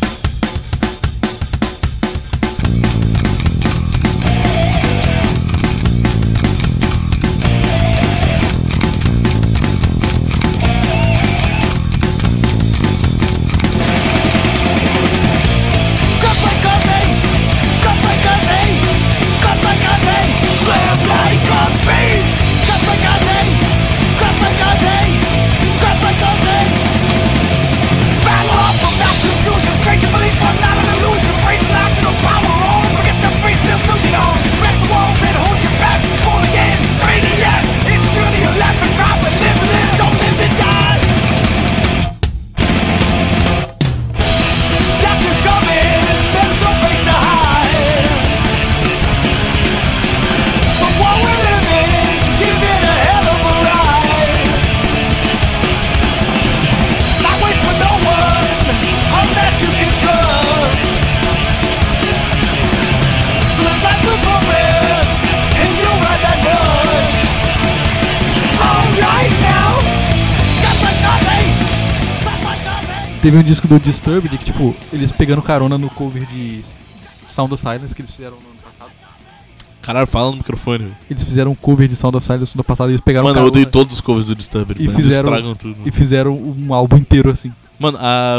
Teve um disco do Disturbed que, tipo, eles pegando carona no cover de Sound of Silence que eles fizeram no ano passado. Caralho, fala no microfone, velho. Eles fizeram um cover de Sound of Silence no ano passado e eles pegaram Mano, eu carona odeio todos os covers do Disturbed, E mano. fizeram- Eles estragam tudo. e fizeram um álbum inteiro assim. Mano, a...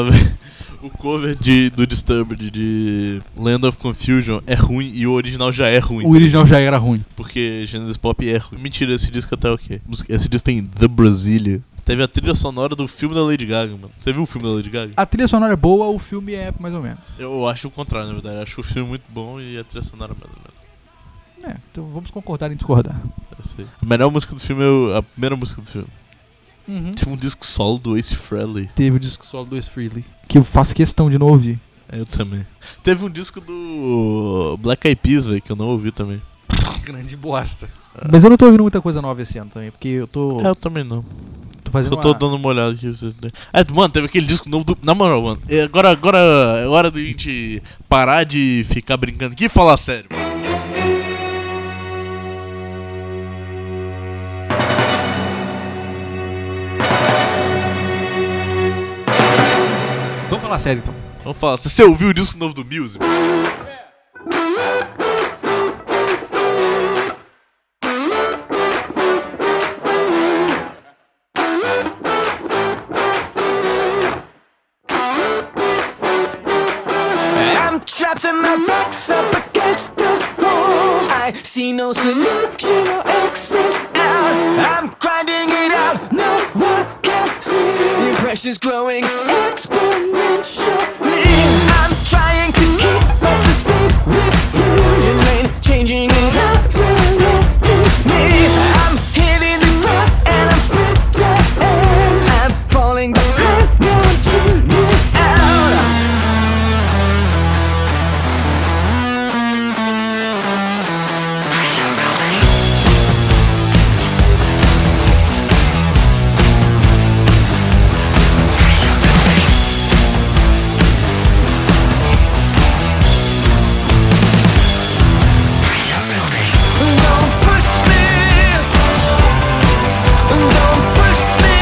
o cover de, do Disturbed de Land of Confusion é ruim e o original já é ruim. O original já era ruim. Porque Genesis Pop é ruim. Mentira, esse disco até é o quê? Esse disco tem The Brasilia. Teve a trilha sonora do filme da Lady Gaga, mano. Você viu o filme da Lady Gaga? A trilha sonora é boa, o filme é mais ou menos. Eu acho o contrário, na verdade. Eu acho o filme muito bom e a trilha sonora mais ou menos. É, então vamos concordar em discordar. Eu sei. A melhor música do filme é o- a primeira música do filme. Uhum. Teve um disco solo do Ace Frehley. Teve o disco solo do Ace Frehley, que eu faço questão de não ouvir. Eu também. Teve um disco do Black Eyed Peas, velho, que eu não ouvi também. Grande bosta. Mas eu não tô ouvindo muita coisa nova esse ano também, porque eu tô, É, eu também não. tô fazendo Eu tô uma... dando uma olhada aqui. É, mano, teve aquele disco novo do. Na moral, mano. é, Agora, agora é hora de a gente parar de ficar brincando aqui e falar sério. Vamos falar sério então. Vamos falar. Você ouviu o disco novo do Muse? trapped and my back's up against the wall. I see no solution or exit out. I'm grinding it out, no one can see. The pressure's growing exponentially. I'm trying to keep up to speed with you. Your lane changing is absolute to me. I'm hitting the ground and I'm sprinting. I'm falling behind, now I'm tuning out. Don't push me. Don't push me.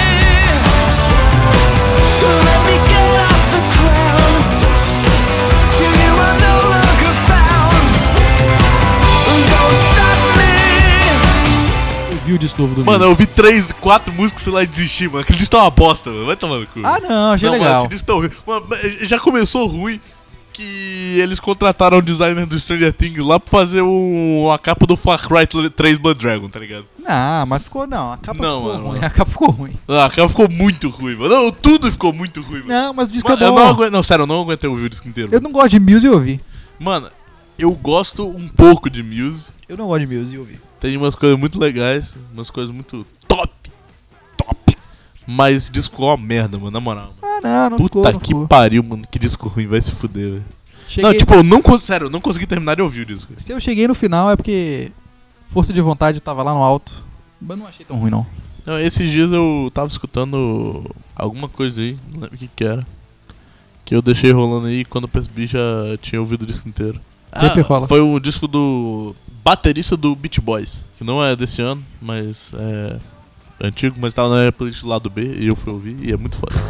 Let me get off the ground. To you I'm no longer bound. Don't stop me. Eu vi o disco novo do Mano, eu Muse. ouvi três, quatro músicas sei lá e desisti, mano. Aquele disco tá uma bosta, mano. Vai tomar no cu. Ah, não, achei Não, mano, legal. esse disco tá horrível. Mano, já começou ruim que eles contrataram o designer do Stranger Things lá pra fazer um, a capa do Far Cry três Blood Dragon, tá ligado? Não, mas ficou, não, a capa Não, ficou mano, ruim, mano. a capa ficou ruim. Ah, a capa ficou muito ruim, mano. Não, tudo ficou muito ruim, mano. Não, mas o disco Mano, é eu bom. não aguento, não, sério, eu não aguentei ouvir o disco inteiro. Eu não gosto de Muse e ouvi. Mano, eu gosto um pouco de Muse. Eu não gosto de Muse e ouvi. Tem umas coisas muito legais, umas coisas muito top, top. Mas esse disco ficou uma merda, mano, na moral. Ah, não, não ficou, Puta não que ficou. pariu, mano, que disco ruim, vai se fuder, velho. Cheguei- Não, tipo, eu não, cons- sério, eu não consegui terminar de ouvir o disco. Se eu cheguei no final é porque força de vontade tava lá no alto. Mas não achei tão ruim, não. Não, esses dias eu tava escutando alguma coisa aí, não lembro o que que era. Que eu deixei rolando aí e quando eu percebi já tinha ouvido o disco inteiro. Sempre Ah, rola. Foi o disco do baterista do Beach Boys, que não é desse ano, mas é antigo, mas tava na playlist do lado B e eu fui ouvir e é muito foda.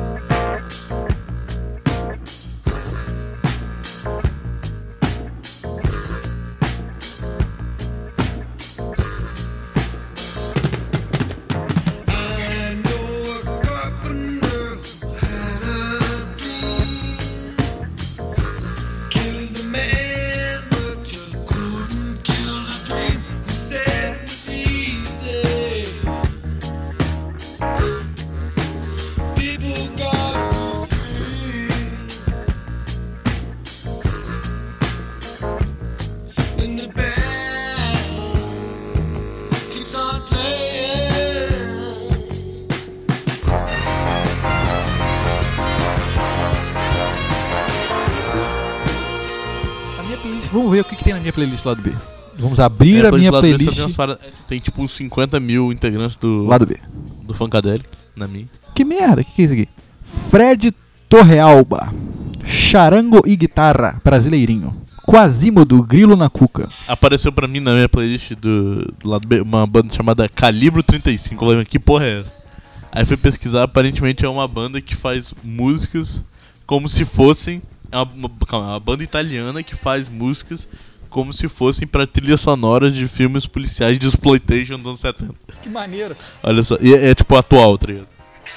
A minha playlist, vamos ver o que, que tem na minha playlist lado B. Vamos abrir É, a minha do lado B só playlist tem, umas paradas- tem tipo uns cinquenta mil integrantes do, lado B. do Funkadelic na minha. Que merda, o que, que é isso aqui? Fred Torrealba, charango e guitarra, brasileirinho. Quasimodo, grilo na cuca. Apareceu pra mim na minha playlist do, do lado B uma banda chamada Calibro trinta e cinco. Eu falei, que porra é essa? Aí fui pesquisar, aparentemente é uma banda que faz músicas como se fossem. É uma, uma, calma, é uma banda italiana que faz músicas como se fossem pra trilhas sonoras de filmes policiais de exploitation dos anos setenta. Que maneiro. Olha só, e é, é tipo atual, tá ligado?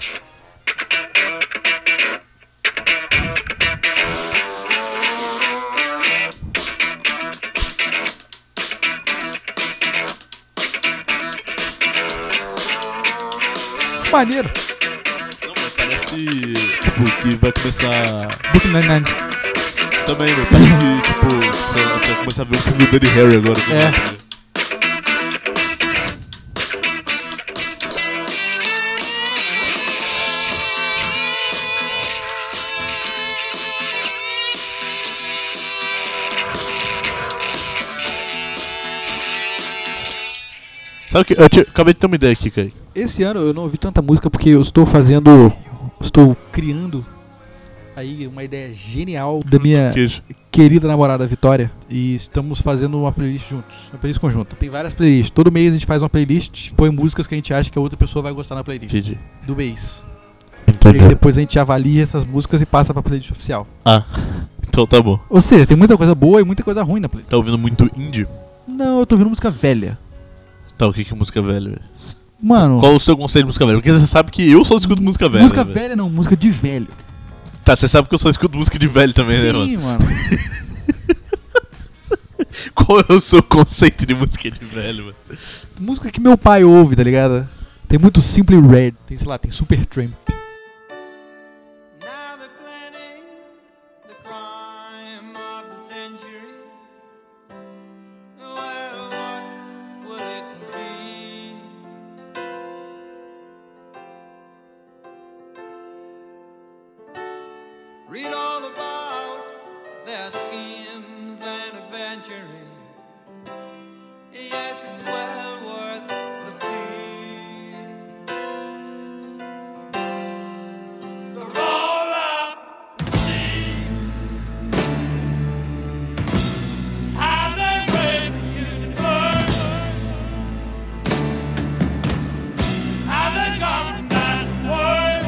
Que maneiro. Não, mas parece tipo, que vai começar. Book Nine-Nine. Também, meu, parece que, tipo, sei lá, você vai começar a ver um filme do Dirty Harry agora. É. Né? Sabe o que? Eu te- acabei de ter uma ideia aqui, Kai. Esse ano eu não ouvi tanta música porque eu estou fazendo. Estou criando aí uma ideia genial da minha Queijo. querida namorada Vitória. E estamos fazendo uma playlist juntos. Uma playlist conjunta. Tem várias playlists. Todo mês a gente faz uma playlist, põe músicas que a gente acha que a outra pessoa vai gostar na playlist. Entendi. Do mês. E aí depois a gente avalia essas músicas e passa pra playlist oficial. Ah, então tá bom. Ou seja, tem muita coisa boa e muita coisa ruim na playlist. Tá ouvindo muito indie? Não, eu tô ouvindo música velha. Tá, o que que é música velha, velho? Mano, Qual o seu conceito de música velha? Porque você sabe que eu só escuto música velha. música velho. velha não, música de velho. Tá, você sabe que eu só escuto música de velho também, né, mano? Sim, mano. Qual é o seu conceito de música de velho, mano? Música que meu pai ouve, tá ligado? Tem muito Simply Red, tem, sei lá, tem Supertramp. Now they're planning the crime of the century. Well, what will it be? Read all about their schemes and adventuring. Yes, it's well worth the fee. So roll up the steam. How they break you to burn. How they got that word.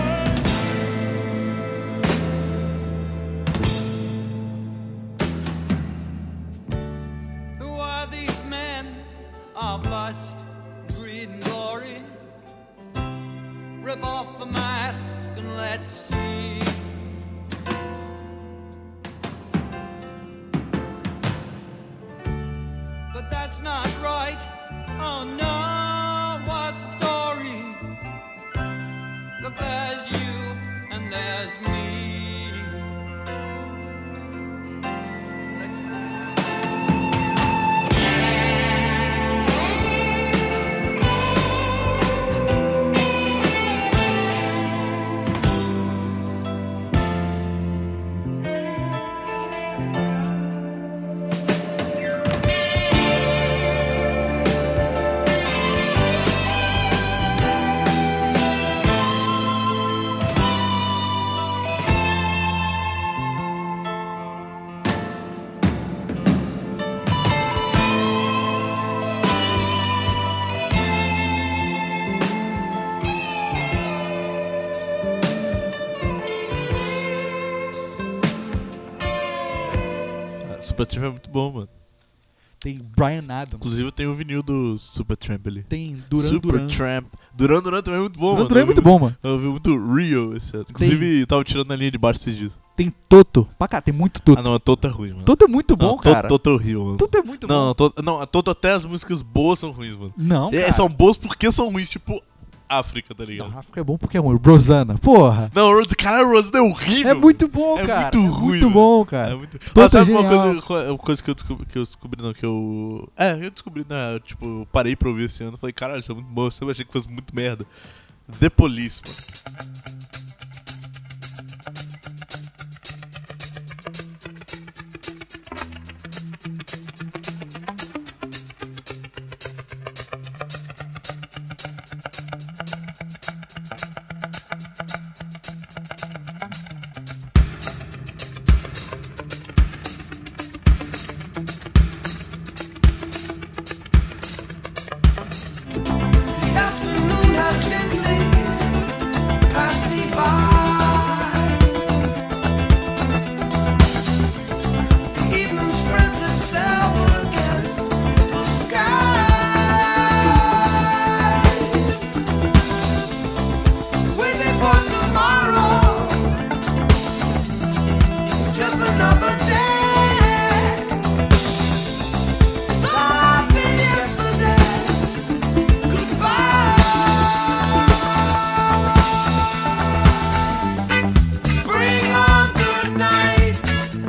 Who are these men of lust, greed and glory? Rip off the mask and let's see. But that's not right. Oh no, what's the story? Look, there's you and there's me. Supertramp é muito bom, mano. Tem Bryan Adams. Inclusive eu tenho o vinil do Supertramp ali. Tem Duran Duran. Supertramp. Duran Duran também é muito bom, Duran mano. Duran é muito bom, mano. Eu ouvi muito Rio esse ano. Inclusive, tava tirando a linha de baixo esses dias. Tem Toto. Pra cá, tem muito Toto. Ah, não, a Toto é ruim, mano. Toto é muito bom, não, cara. Toto é horrível, mano. Toto é muito não, bom. Toto, não, a Toto até as músicas boas são ruins, mano. Não, é, cara. São boas porque são ruins, tipo África, tá ligado? Não, África é bom porque é ruim. Rosana, porra. Não, Rose, caralho, Rose é horrível. É muito bom, é cara. Muito é ruim, muito mano. bom, cara. É muito... Toto Ah, sabe é uma genial. coisa, uma coisa que eu descobri, que eu descobri, não, que eu... É, eu descobri, né, eu, tipo, eu parei pra ouvir esse ano, falei, caralho, isso é muito bom, eu sempre achei que fosse muito merda. The Police, mano. The afternoon has gently passed me by. The evening spreads itself against the sky. Waiting for tomorrow, just another day. Stop in yesterday. Bring on the night.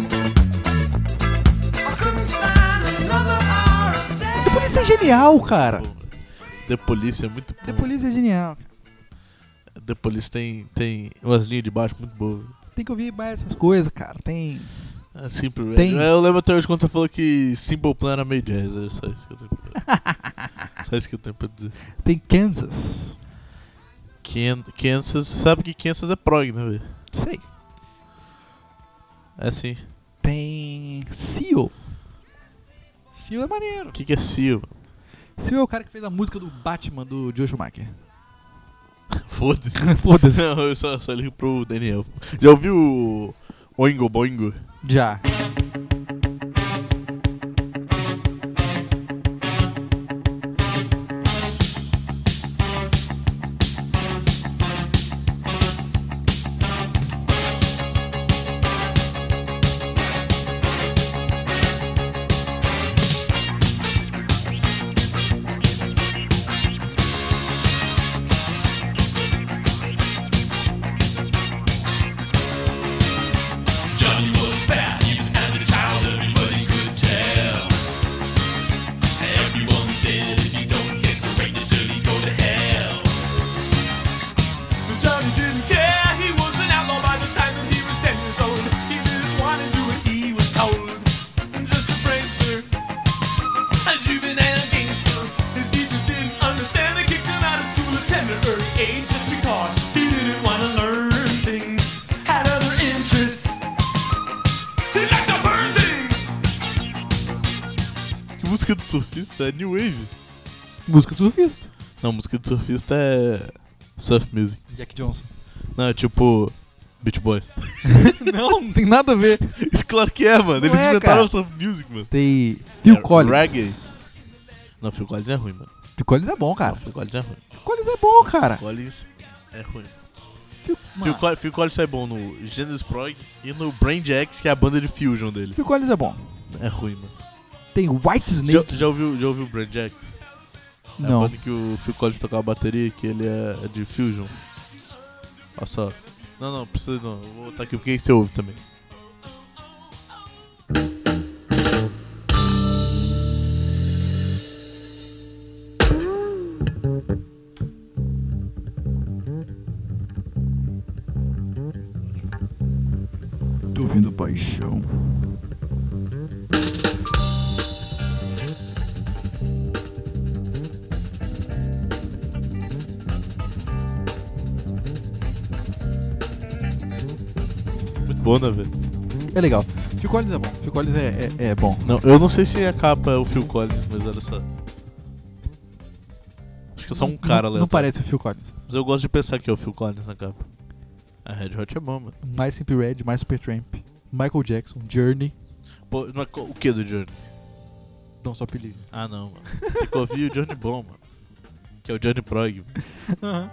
I couldn't stand another hour of day. The Police é genial, cara. The Police é muito bom. The Police é genial. The Police tem, tem umas linhas de baixo muito boas. Você tem que ouvir mais essas coisas, cara. Tem... É Simple Tem- Red. Eu lembro até hoje quando você falou que Simple Plan era meio jazz. É só isso que eu tenho pra, só isso que eu tenho pra dizer. Tem Kansas. Ken, Kansas, você sabe que Kansas é prog, né, velho? Sei. É sim. Tem Seal. Seal é maneiro. O que, que é Seal? Seal é o cara que fez a música do Batman do Joe Schumacher. Foda-se. Foda-se. Não, eu só, só ligo pro Daniel. Já ouviu o Oingo Boingo? Já. música do surfista é New Wave. Música do surfista. Não, música do surfista é Surf Music. Jack Johnson. Não, é tipo Beach Boys. Não, não tem nada a ver. Isso claro que é, mano. Não Eles é, inventaram cara. Surf Music, mano. Tem Phil É Collins. reggae. Não, Phil Collins é ruim, mano. Phil Collins é bom, Não, cara. Phil Collins é ruim. Phil Collins é bom, cara. Phil Collins é ruim. Phil, Phil, mano, Col- Phil Collins é bom no Genesis Prog e no Brain Jax, que é a banda de fusion dele. Phil Collins é bom. É ruim, mano. Tem White Já, Snake. já ouviu, já ouviu o Brain Jax? É a Não. banda que o Phil Collins tocava a bateria, que ele é, é de fusion. Olha só. Não, não, precisa não. Eu vou botar aqui porque aí você ouve também. Tô ouvindo paixão. Muito bom, né, velho? É legal. Phil Collins é bom. Phil Collins é, é, é bom. Não, eu não sei se a capa é o Phil Collins, mas olha só. Acho que é só um cara Não, lá. não parece o Phil Collins. Mas eu gosto de pensar que é o Phil Collins na capa. A Red Hot é bom, mano. Mais Simple Red, mais Supertramp. Michael Jackson, Journey. Pô, mas co- o que do Journey? Don't Stop Believing. Ah, não, mano. Tem que ouvir o Johnny bom, mano. Que é o Johnny Prog. Aham.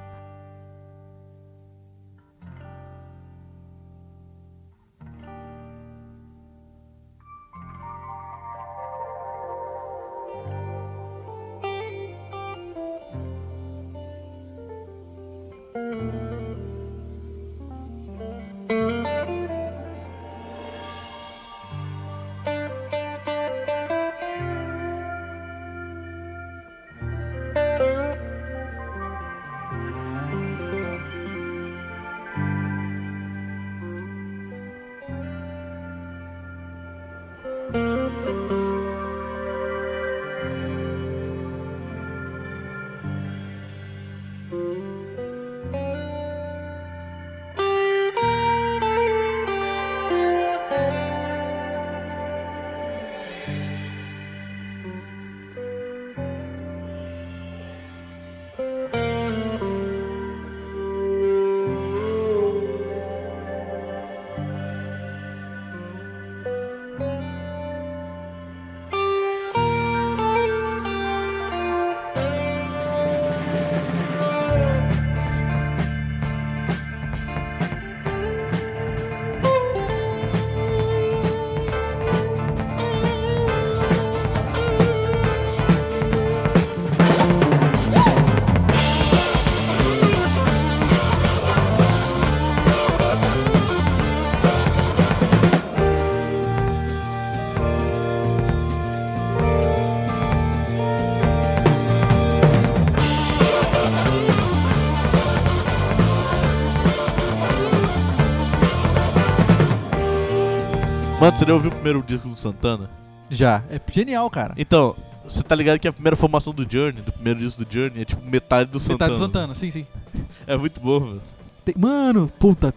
Mano, você já ouviu o primeiro disco do Santana? Já. É genial, cara. Então, você tá ligado que a primeira formação do Journey, do primeiro disco do Journey, é tipo metade do Santana. Metade do Santana, sim, sim. É muito bom, mano. Tem- mano, puta.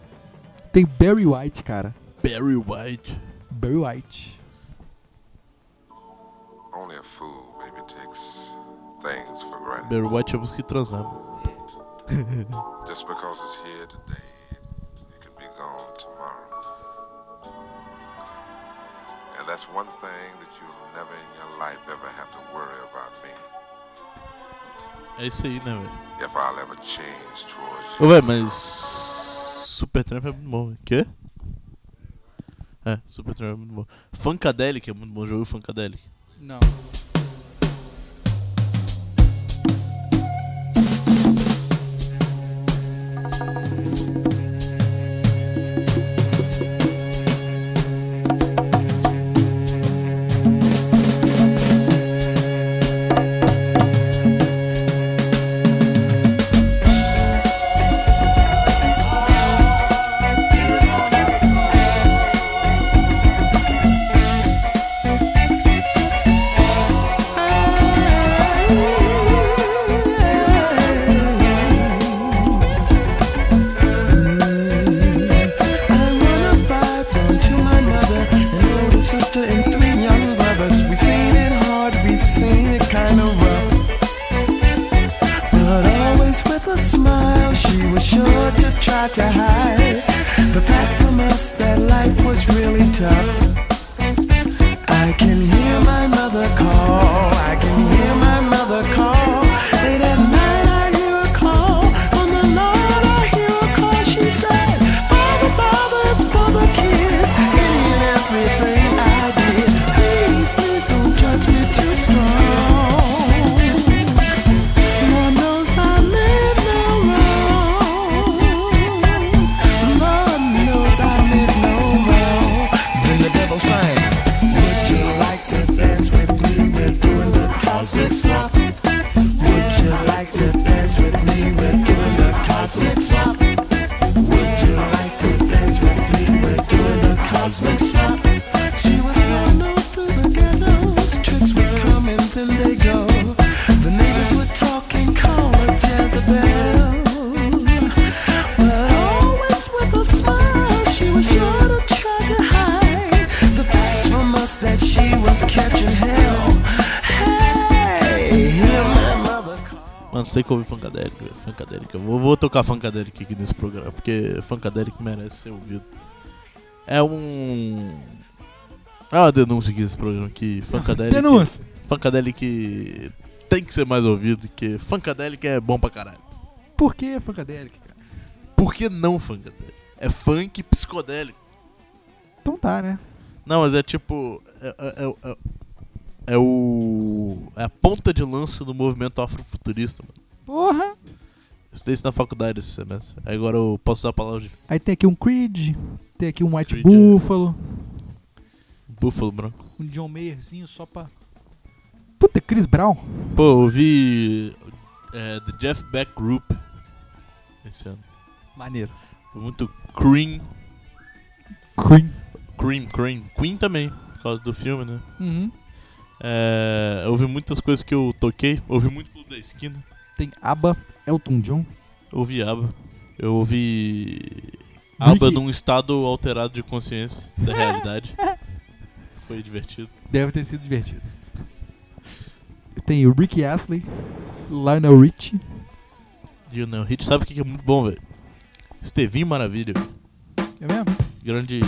Tem Barry White, cara. Barry White. Barry White. Only a fool maybe takes things for granted. Barry White é a música que transava. Just because it's here today, it can be gone tomorrow. And that's one thing that you'll never in your life ever have to worry about me. É isso aí, né, velho? If I'll ever change towards Ô, you. velho, mas... Supertramp é muito bom, velho. Quê? É, Supertramp é muito bom. Funkadelic é muito bom. Já ouviu Funkadelic? Não. Thank to hide the fact from us that life was really tough. I can hear my mother call, I can hear my mother call. Late at night I hear a call, on the night I hear a call. She said, Father, Father, it's for the kids. Any and everything I did, please, please don't judge me too strong. Lord knows I made no wrong. Lord knows I made no wrong. Then the devil sang, would you like to dance with me? We're doing the cosmic slop. Would you like to dance with me? We're doing the cosmic slop. Would you like to dance with me? We're doing the cosmic slop. She was going all through the ghettos. Tricks would come and then they go. The neighbors would talk and call her Jezebel, but always with a smile. She was sure to try to hide the facts from us that she was catching hell. Hey, hear my mother call. Mano, sei que ouvi Funkadelic, velho. Funkadelic. Eu vou, vou tocar Funkadelic aqui nesse programa, porque Funkadelic merece ser ouvido. É um... É uma denúncia aqui nesse programa, que Funkadelic... Denúncia! Funkadelic tem que ser mais ouvido, porque Funkadelic é bom pra caralho. Por que Funkadelic, cara? Por que não Funkadelic? É funk psicodélico. Então tá, né? Não, mas é tipo... É, é, é, é o... É a ponta de lança do movimento afrofuturista, mano. Porra! Estudei isso na faculdade esse semestre. Agora eu posso usar a palavra de... Aí tem aqui um Creed, tem aqui um White Creed, Buffalo, Buffalo branco. um John Mayerzinho só pra... Puta, Chris Brown. Pô, eu ouvi é, The Jeff Beck Group esse ano. Maneiro. Foi muito Cream. Cream. Cream, Cream. Queen também, por causa do filme, né? Uhum. É, eu ouvi muitas coisas que eu toquei. Ouvi muito Clube da Esquina. Tem ABBA, Elton John. Eu ouvi ABBA. Eu ouvi Ricky. ABBA num estado alterado de consciência da realidade. Foi divertido. Deve ter sido divertido. Tem o Ricky Astley, Lionel Richie. Lionel Hit, sabe o que é muito bom, velho? Estevinho Maravilha. É mesmo? Grande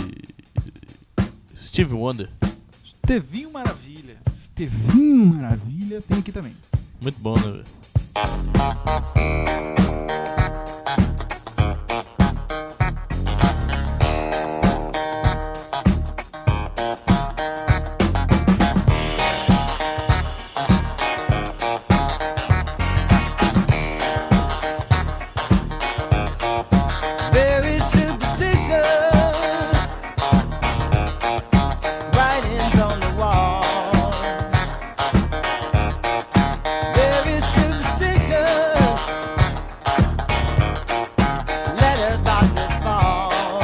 Steve Wonder. Estevinho Maravilha. Estevinho Maravilha tem aqui também. Muito bom, né, velho? Very superstitious, writings on the wall. Very superstitious, letters about to fall.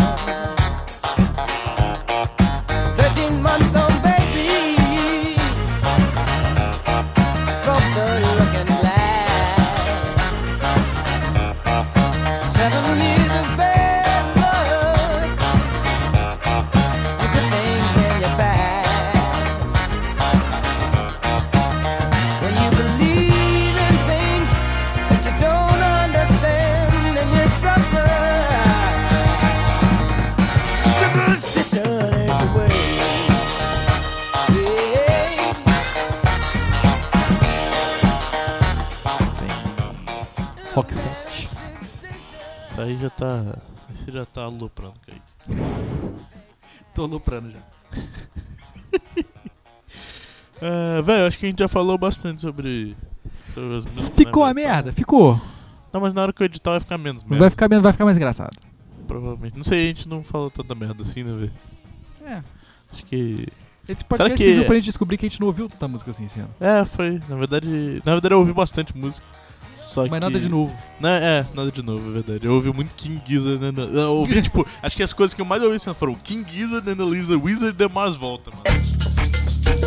Thirteen month old baby broke the looking glass. Seven years of bad luck, you good things in your past. When you believe in things that you don't understand, and you suffer. Superstition ain't the way. Yeah. Tem Rock set. Aí já tá. Aí você já tá aloprando, Kaique. Tô aloprando já. É, velho, acho que a gente já falou bastante sobre, sobre as músicas. Ficou né, a velho? merda? Ficou. Não, mas na hora que eu editar vai ficar menos merda. Vai ficar, vai ficar mais engraçado. Provavelmente. Não sei, a gente não falou tanta merda assim, né, velho? É. Acho que. Esse podcast que- serviu pra gente descobrir que a gente não ouviu tanta música assim esse ano. É, foi. Na verdade. Na verdade eu ouvi bastante música. Só Mas que... nada de novo. Não, é, nada de novo, é verdade. Eu ouvi muito King Gizzard and the... Eu ouvi, tipo, acho que as coisas que eu mais ouvi esse ano foram King Gizzard and the Lizard Wizard The Mars Volta, mano.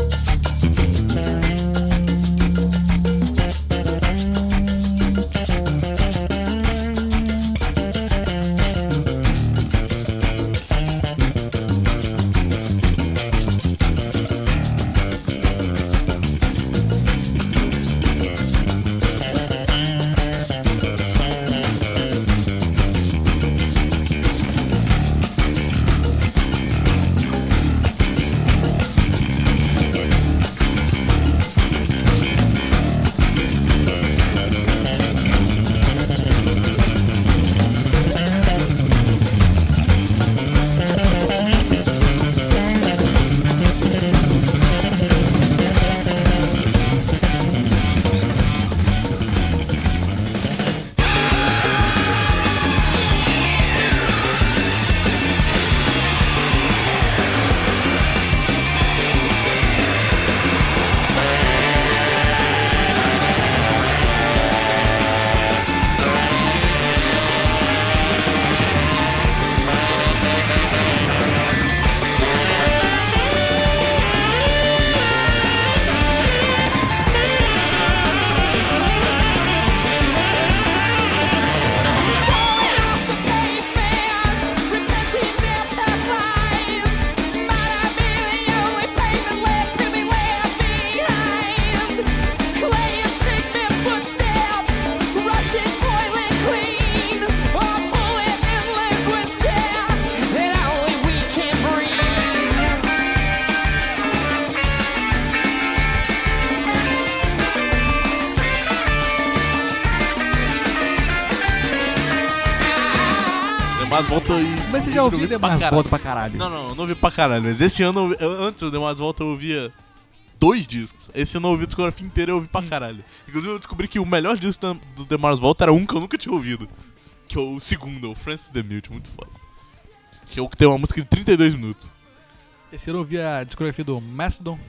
Demais Volta e... Mas você já ouviu Demais Volta pra caralho? Não, não, eu não ouvi pra caralho. Mas esse ano, eu, antes do Demais Volta, eu ouvia dois discos. Esse ano eu ouvi a discografia inteira e eu ouvi pra caralho. Inclusive eu descobri que o melhor disco do Demais Volta era um que eu nunca tinha ouvido. Que é o segundo, o Francis the Mute, muito foda. Que é o que tem uma música de trinta e dois minutos. Esse ano eu ouvi a discografia do Mastodon.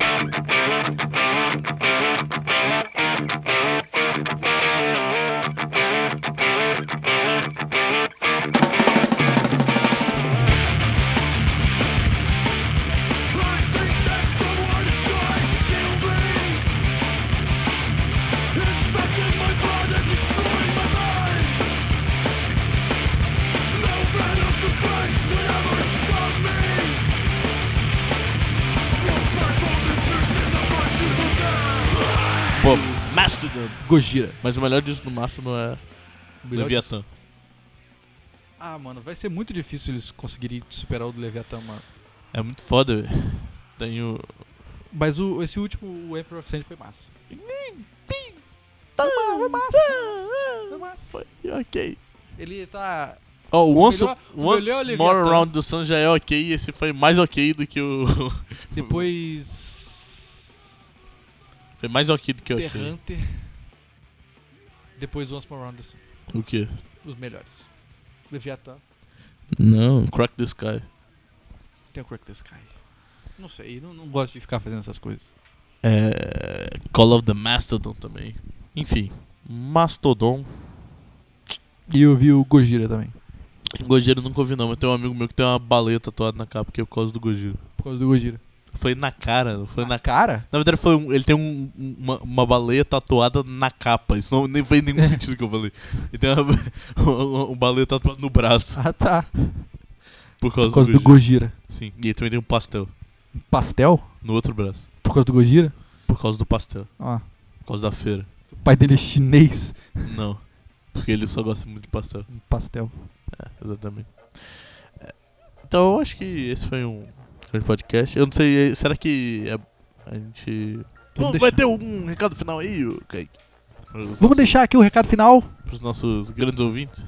Pô, Mastodon. Gojira. Mas o melhor disco do Mastodon é Leviathan. Ah, mano, vai ser muito difícil eles conseguirem superar o do Leviathan, mano. É muito foda, velho. Tem o... Mas o, esse último, o Emperor of Sand, foi massa. Foi massa. Foi massa. Foi ok. Ele tá... Oh, o Once, melhor- o once melhor More Leviathan. Around the Sun já é ok. Esse foi mais ok do que o... Depois... Foi mais ok do que o The ok. Hunter. Depois Once More Around the Sun. O quê? Os melhores. Leviathan. Não, Crack the Sky. Tem o Crack the Sky. Não sei, não, não gosto de ficar fazendo essas coisas. É... Call of the Mastodon também. Enfim, Mastodon. E eu vi o Gojira também. Gojira eu nunca ouvi não, mas tem um amigo meu que tem uma baleia tatuada na capa, que é por causa do Gojira. Por causa do Gojira. Foi na cara, não foi na, Na cara? Na verdade, foi um- ele tem um- um- uma, uma baleia tatuada na capa. Isso não nem fez nenhum sentido que eu falei. Ele tem uma, uma, uma baleia tatuada no braço. Ah, tá. Por causa, Por causa do do Gojira. Gojira. Sim, e ele também tem um pastel Pastel? no outro braço. Por causa do Gojira? Por causa do pastel. Ah. Por causa da feira. O pai dele é chinês. Não. Porque ele só gosta muito de pastel. Um pastel. É, exatamente. É, então eu acho que esse foi um grande podcast. Eu não sei, será que a, a gente... Vamos Oh, vai deixar. ter algum recado final aí, ô, Kaique? Para os Vamos nossos- deixar aqui o recado final. para os nossos grandes ouvintes.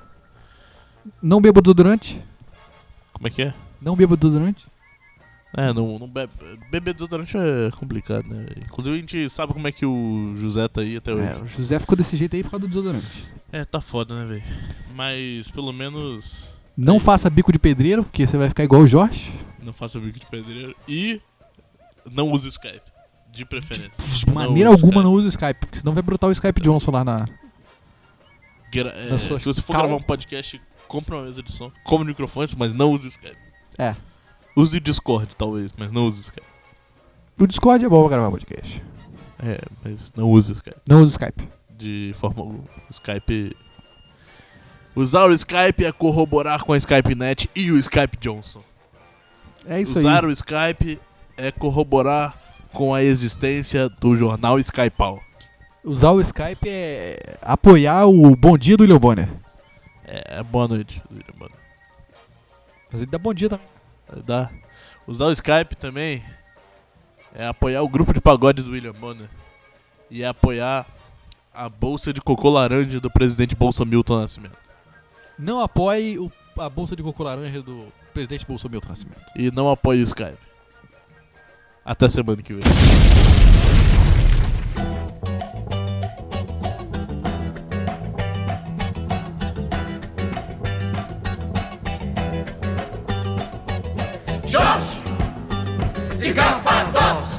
Não beba desodorante. Como é que é? Não beba desodorante. É, não, não bebe. Beber desodorante é complicado, né? Inclusive a gente sabe como é que o José tá aí até hoje. É, o José ficou desse jeito aí por causa do desodorante. É, tá foda, né, velho? Mas pelo menos Não Aí. faça bico de pedreiro, porque você vai ficar igual o Jorge. não faça bico de pedreiro. E não use o Skype, de preferência. De Não maneira use o alguma Skype. não use o Skype, porque senão vai brotar o Skype Johnson lá na... Gra- é, Na sua se você for cal- gravar um podcast, compra uma mesa de som, compra microfones, mas não use o Skype. É. Use o Discord, talvez, mas não use o Skype. O Discord é bom pra gravar podcast. É, mas não use o Skype. Não use o Skype. De forma alguma. O Skype. Usar o Skype é corroborar com a SkypeNet e o Skype Johnson. É isso Usar aí. o Skype é corroborar com a existência do jornal Skypal. Usar o Skype é apoiar o Bom Dia do William Bonner. É, é boa noite, William Bonner. Mas ele dá bom dia também. Dá. Usar o Skype também é apoiar o grupo de pagode do William Bonner. E é apoiar a bolsa de cocô laranja do presidente Bolsa Milton Nascimento. Não apoie o- a bolsa de cocô laranja do presidente Bolsonaro Nascimento. E não apoie o Skype. Até semana que vem. Jorge de Capadócia.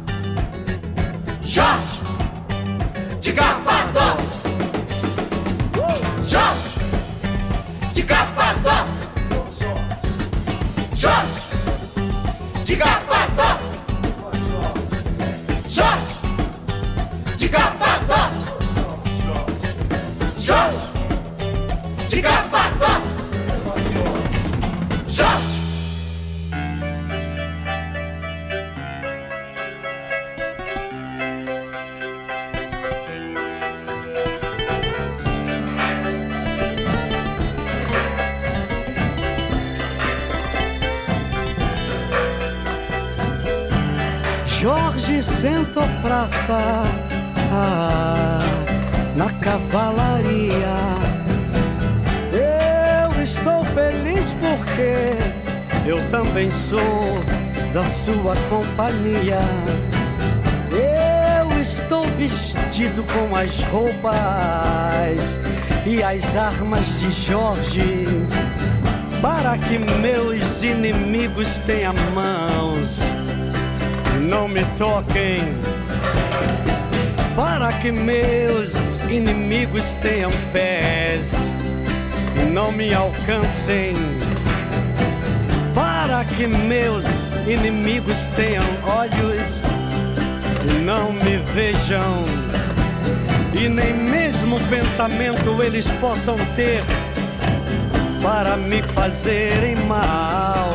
Jorge de Capadócia. Jorge de Capadócia. Jorge de Capadócia. Jorge de Capadócia. Jorge de Capadócia. Jorge. Jorge sentou praça ah, na cavalaria. Eu estou feliz porque eu também sou da sua companhia. Eu estou vestido com as roupas e as armas de Jorge, para que meus inimigos tenham mãos e não me toquem, para que meus inimigos tenham pés e não me alcancem, para que meus inimigos tenham olhos e não me vejam, e nem mesmo pensamento eles possam ter para me fazerem mal.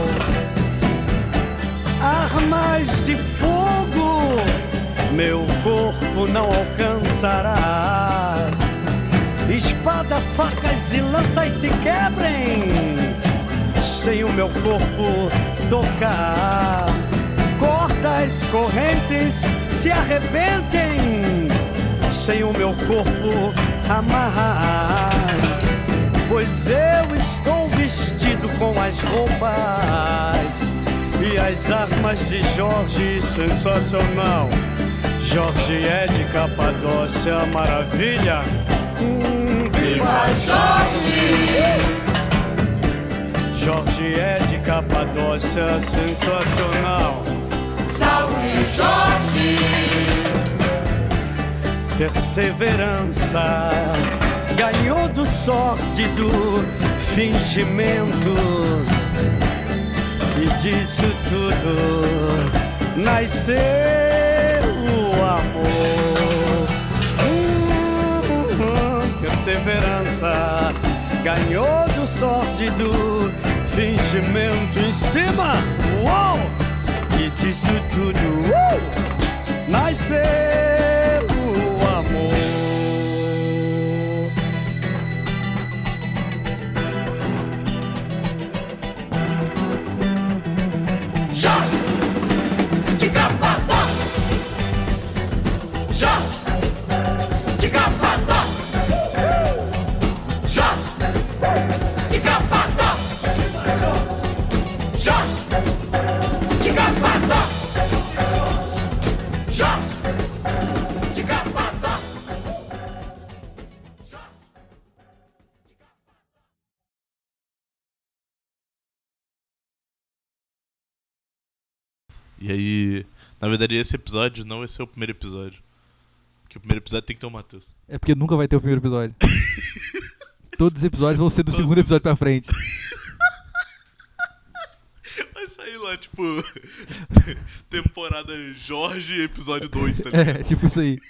Armas de fogo meu corpo não alcançará. Espada, facas e lanças se quebrem sem o meu corpo tocar. Cordas, correntes se arrebentem sem o meu corpo amarrar. Pois eu estou vestido com as roupas e as armas de Jorge, sensacional. Jorge é de Capadócia, maravilha. Hum, viva Jorge! Jorge é de Capadócia, sensacional. Salve Jorge! Perseverança ganhou do sórdido fingimento, e disso tudo nasceu o amor. Hum, hum, perseverança ganhou do sórdido fingimento em cima, uou! E disso tudo uh, nasceu o amor. Jorge de Capadócia, Jorge de Capadócia, Jorge de Capadócia, Jorge de Capadócia, Jorge de Capadócia. E aí, na verdade, esse episódio não vai ser o primeiro episódio. Porque o primeiro episódio tem que ter o Matheus. É porque nunca vai ter o primeiro episódio. Todos os episódios vão ser do segundo episódio pra frente. Vai sair lá, tipo, temporada Jorge, episódio dois, tá ligado? É, tipo isso aí.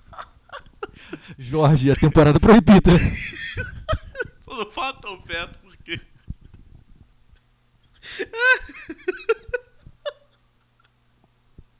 Jorge, a temporada proibida. Só não fala tão perto porque...